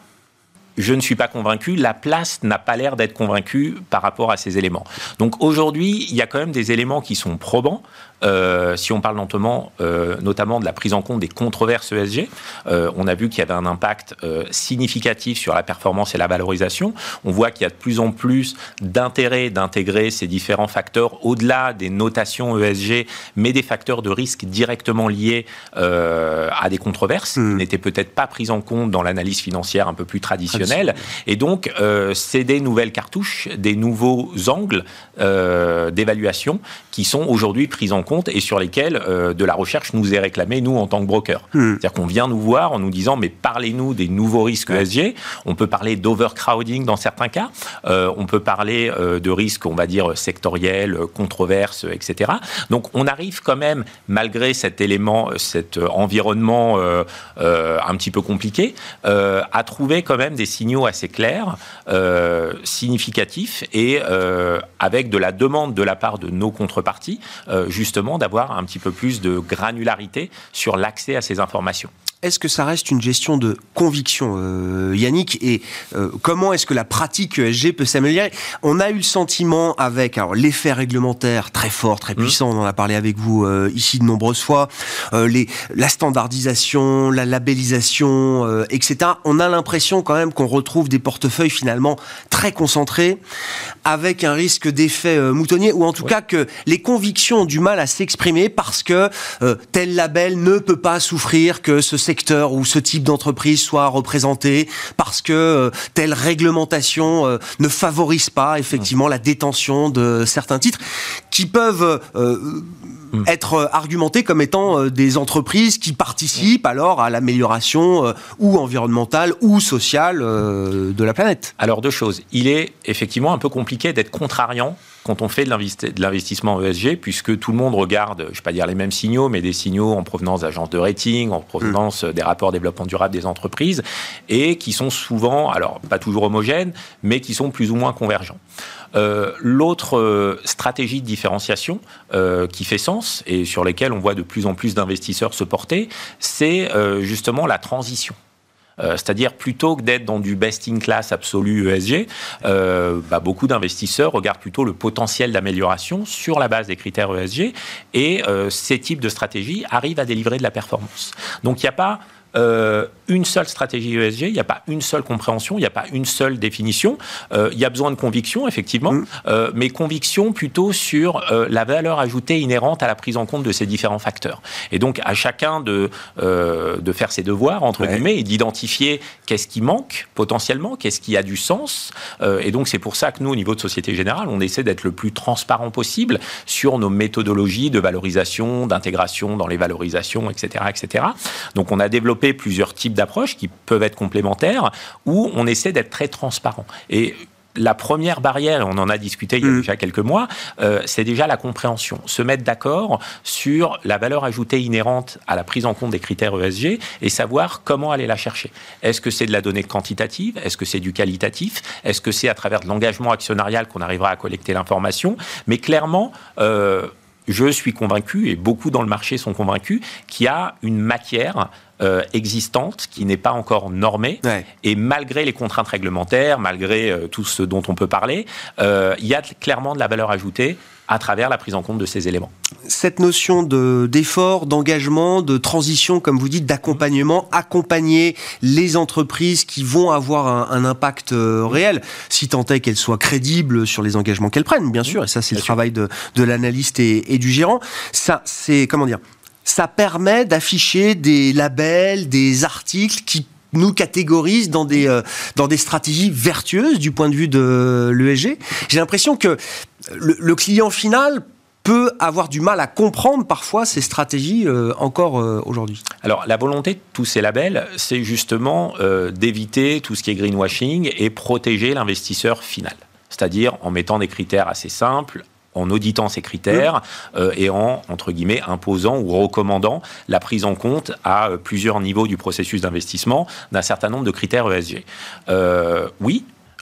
Speaker 7: je ne suis pas convaincu, la place n'a pas l'air d'être convaincue par rapport à ces éléments. Donc aujourd'hui, il y a quand même des éléments qui sont probants. Euh, si on parle notamment, euh, notamment de la prise en compte des controverses E S G, euh, on a vu qu'il y avait un impact euh, significatif sur la performance et la valorisation. On voit qu'il y a de plus en plus d'intérêt d'intégrer ces différents facteurs au-delà des notations E S G, mais des facteurs de risque directement liés euh, à des controverses mmh. qui n'étaient peut-être pas prises en compte dans l'analyse financière un peu plus traditionnelle. Et donc, euh, c'est des nouvelles cartouches, des nouveaux angles euh, d'évaluation qui sont aujourd'hui pris en compte et sur lesquels euh, de la recherche nous est réclamée, nous, en tant que broker. Mmh. C'est-à-dire qu'on vient nous voir en nous disant, mais parlez-nous des nouveaux risques ouais. E S G. On peut parler d'overcrowding dans certains cas. Euh, on peut parler euh, de risques, on va dire, sectoriels, controverses, et cetera. Donc, on arrive quand même, malgré cet élément, cet environnement euh, euh, un petit peu compliqué, euh, à trouver quand même des signaux assez clairs, euh, significatifs et euh, avec de la demande de la part de nos contreparties, euh, justement d'avoir un petit peu plus de granularité sur l'accès à ces informations.
Speaker 2: Est-ce que ça reste une gestion de conviction, euh, Yannick, et euh, comment est-ce que la pratique E S G peut s'améliorer ? On a eu le sentiment avec alors, l'effet réglementaire très fort, très puissant, mmh. on en a parlé avec vous euh, ici de nombreuses fois, euh, les, la standardisation, la labellisation, euh, et cetera. On a l'impression quand même qu'on retrouve des portefeuilles finalement très concentrés, avec un risque d'effet euh, moutonnier, ou en tout ouais. cas que les convictions ont du mal à s'exprimer parce que euh, tel label ne peut pas souffrir que ce secteur ou ce type d'entreprise soit représenté parce que euh, telle réglementation euh, ne favorise pas effectivement mmh. la détention de certains titres qui peuvent euh, mmh. être argumentés comme étant euh, des entreprises qui participent mmh. alors à l'amélioration euh, ou environnementale ou sociale euh, de la planète.
Speaker 7: Alors deux choses. Il est effectivement un peu compliqué d'être contrariant quand on fait de, l'investi- de l'investissement E S G, puisque tout le monde regarde, je ne vais pas dire les mêmes signaux, mais des signaux en provenance d'agences de rating, en provenance mmh. des rapports développement durable des entreprises, et qui sont souvent, alors pas toujours homogènes, mais qui sont plus ou moins convergents. Euh, l'autre euh, stratégie de différenciation euh, qui fait sens, et sur lesquelles on voit de plus en plus d'investisseurs se porter, c'est euh, justement la transition. Euh, c'est-à-dire, plutôt que d'être dans du best-in-class absolu E S G, euh, bah, beaucoup d'investisseurs regardent plutôt le potentiel d'amélioration sur la base des critères E S G, et euh, ces types de stratégies arrivent à délivrer de la performance. Donc, il n'y a pas Euh, une seule stratégie E S G, il n'y a pas une seule compréhension, il n'y a pas une seule définition. Euh, il y a besoin de conviction, effectivement, mmh. euh, mais conviction plutôt sur euh, la valeur ajoutée inhérente à la prise en compte de ces différents facteurs. Et donc, à chacun de, euh, de faire ses devoirs, entre ouais. guillemets, et d'identifier qu'est-ce qui manque potentiellement, qu'est-ce qui a du sens. Euh, et donc, c'est pour ça que nous, au niveau de Société Générale, on essaie d'être le plus transparent possible sur nos méthodologies de valorisation, d'intégration dans les valorisations, et cetera, et cetera. Donc, on a développé plusieurs types d'approches qui peuvent être complémentaires, où on essaie d'être très transparent. Et la première barrière, et on en a discuté il y a mmh. déjà quelques mois, euh, c'est déjà la compréhension. Se mettre d'accord sur la valeur ajoutée inhérente à la prise en compte des critères E S G et savoir comment aller la chercher. Est-ce que c'est de la donnée quantitative ? Est-ce que c'est du qualitatif ? Est-ce que c'est à travers de l'engagement actionnarial qu'on arrivera à collecter l'information ? Mais clairement, euh, je suis convaincu, et beaucoup dans le marché sont convaincus, qu'il y a une matière Euh, existante, qui n'est pas encore normée, ouais. et malgré les contraintes réglementaires, malgré euh, tout ce dont on peut parler, euh, il y a clairement de la valeur ajoutée à travers la prise en compte de ces éléments.
Speaker 2: Cette notion de, d'effort, d'engagement, de transition, comme vous dites, d'accompagnement, accompagner les entreprises qui vont avoir un, un impact euh, réel, si tant est qu'elles soient crédibles sur les engagements qu'elles prennent, bien sûr, et ça c'est bien le sûr. travail de, de l'analyste et, et du gérant. Ça, c'est, comment dire, ça permet d'afficher des labels, des articles qui nous catégorisent dans des, euh, dans des stratégies vertueuses du point de vue de l'E S G. J'ai l'impression que le, le client final peut avoir du mal à comprendre parfois ces stratégies euh, encore euh, aujourd'hui.
Speaker 7: Alors, la volonté de tous ces labels, c'est justement euh, d'éviter tout ce qui est greenwashing et protéger l'investisseur final. C'est-à-dire en mettant des critères assez simples, en auditant ces critères euh, et en, entre guillemets, imposant ou recommandant la prise en compte à euh, plusieurs niveaux du processus d'investissement d'un certain nombre de critères E S G. Euh, oui,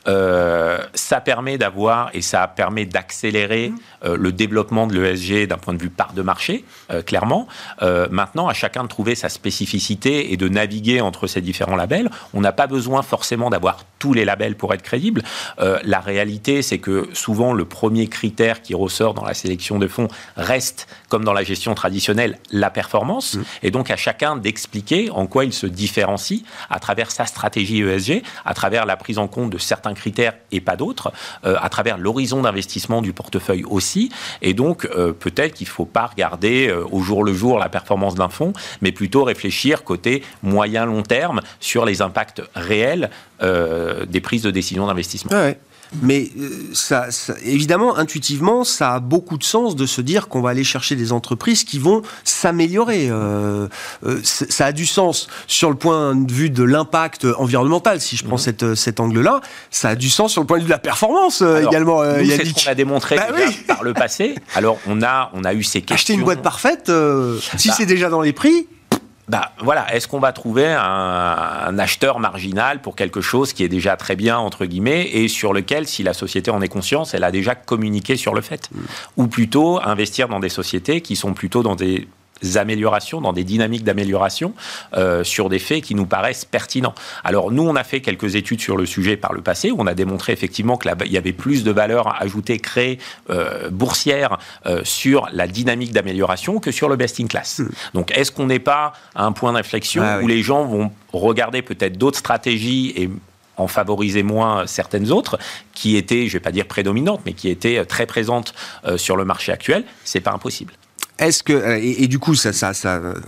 Speaker 7: euh, ça permet d'avoir et ça permet d'accélérer euh, le développement de l'E S G d'un point de vue part de marché, euh, clairement. Euh, maintenant, à chacun de trouver sa spécificité et de naviguer entre ces différents labels. On n'a pas besoin forcément d'avoir tous les labels pour être crédible. Euh, la réalité, c'est que souvent, le premier critère qui ressort dans la sélection de fonds reste, comme dans la gestion traditionnelle, la performance. Mmh. Et donc, à chacun d'expliquer en quoi il se différencie à travers sa stratégie E S G, à travers la prise en compte de certains critères et pas d'autres, euh, à travers l'horizon d'investissement du portefeuille aussi. Et donc, euh, peut-être qu'il ne faut pas regarder euh, au jour le jour la performance d'un fonds, mais plutôt réfléchir côté moyen-long terme sur les impacts réels euh, des prises de décision d'investissement.
Speaker 2: Ah ouais. Mais euh, ça, ça, évidemment, intuitivement, ça a beaucoup de sens de se dire qu'on va aller chercher des entreprises qui vont s'améliorer. Euh, euh, ça a du sens sur le point de vue de l'impact environnemental, si je prends mmh. cette, cet angle-là. Ça a du sens sur le point de vue de la performance euh, Alors, également. Euh,
Speaker 7: nous, c'est ce qu'on a démontré bah déjà oui. par le passé. Alors, on a, on a eu ces questions.
Speaker 2: Acheter une boîte parfaite, euh, si bah. c'est déjà dans les prix...
Speaker 7: Bah, voilà, est-ce qu'on va trouver un, un acheteur marginal pour quelque chose qui est déjà très bien, entre guillemets, et sur lequel, si la société en est consciente, elle a déjà communiqué sur le fait mmh. Ou plutôt investir dans des sociétés qui sont plutôt dans des améliorations, dans des dynamiques d'amélioration euh, sur des faits qui nous paraissent pertinents. Alors nous, on a fait quelques études sur le sujet par le passé, où on a démontré effectivement qu'il y avait plus de valeur ajoutée créée euh, boursière euh, sur la dynamique d'amélioration que sur le best-in-class. Mmh. Donc est-ce qu'on n'est pas à un point de réflexion ah, où oui. les gens vont regarder peut-être d'autres stratégies et en favoriser moins certaines autres, qui étaient, je ne vais pas dire prédominantes, mais qui étaient très présentes euh, sur le marché actuel? C'est pas impossible.
Speaker 2: Est-ce que et, et du coup ça, ça, ça euh,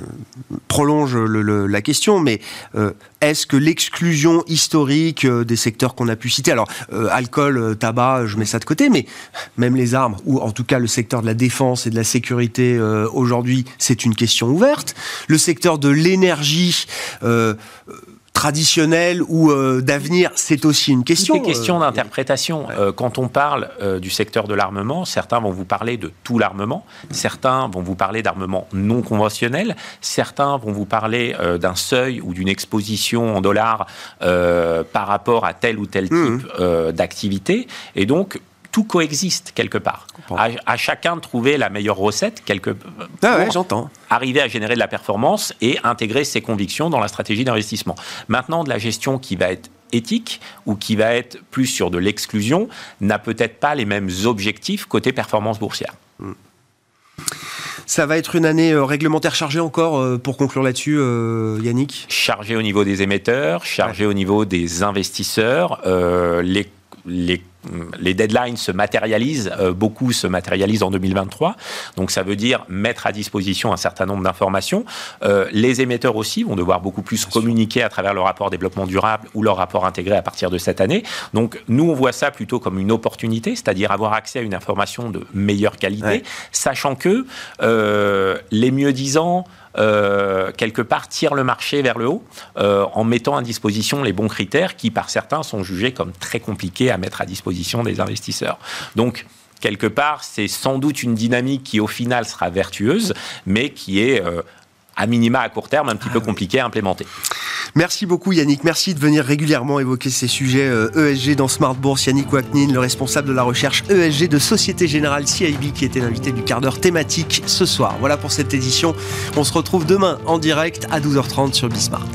Speaker 2: prolonge le, le, la question, mais euh, est-ce que l'exclusion historique euh, des secteurs qu'on a pu citer, alors euh, alcool, euh, tabac, je mets ça de côté, mais même les armes ou en tout cas le secteur de la défense et de la sécurité euh, aujourd'hui, c'est une question ouverte. Le secteur de l'énergie. Euh, traditionnel ou euh, d'avenir, c'est aussi une question.
Speaker 7: C'est une question euh, d'interprétation. Ouais. Euh, quand on parle euh, du secteur de l'armement, certains vont vous parler de tout l'armement, certains vont vous parler d'armement non conventionnel, certains vont vous parler euh, d'un seuil ou d'une exposition en dollars euh, par rapport à tel ou tel type mmh. euh, d'activité. Et donc, tout coexiste quelque part. À, à chacun de trouver la meilleure recette quelque
Speaker 2: ah ouais, j'entends.
Speaker 7: Arriver à générer de la performance et intégrer ses convictions dans la stratégie d'investissement. Maintenant, de la gestion qui va être éthique ou qui va être plus sur de l'exclusion n'a peut-être pas les mêmes objectifs côté performance boursière.
Speaker 2: Mmh. Ça va être une année euh, réglementaire chargée encore, euh, pour conclure là-dessus, euh, Yannick ?
Speaker 7: Chargée au niveau des émetteurs, chargée ouais. au niveau des investisseurs. Euh, les, les Les deadlines se matérialisent, euh, beaucoup se matérialisent en deux mille vingt-trois. Donc ça veut dire mettre à disposition un certain nombre d'informations. Euh, les émetteurs aussi vont devoir beaucoup plus Bien communiquer sûr. à travers leur rapport développement durable ou leur rapport intégré à partir de cette année. Donc nous, on voit ça plutôt comme une opportunité, c'est-à-dire avoir accès à une information de meilleure qualité, ouais. sachant que euh, les mieux-disants Euh, quelque part tire le marché vers le haut euh, en mettant à disposition les bons critères qui par certains sont jugés comme très compliqués à mettre à disposition des investisseurs. Donc quelque part c'est sans doute une dynamique qui au final sera vertueuse mais qui est euh, à minima à court terme un petit ah, peu compliqué oui. à implémenter.
Speaker 2: Merci beaucoup Yannick, merci de venir régulièrement évoquer ces sujets E S G dans Smart Bourse. Yannick Waknin, le responsable de la recherche E S G de Société Générale C I B, qui était l'invité du quart d'heure thématique ce soir. Voilà pour cette édition, on se retrouve demain en direct à douze heures trente sur Bismart.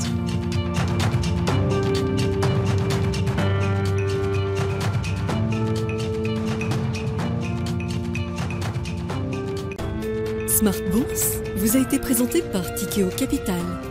Speaker 1: Smart Bourse vous a été présenté par Tikeo Capital.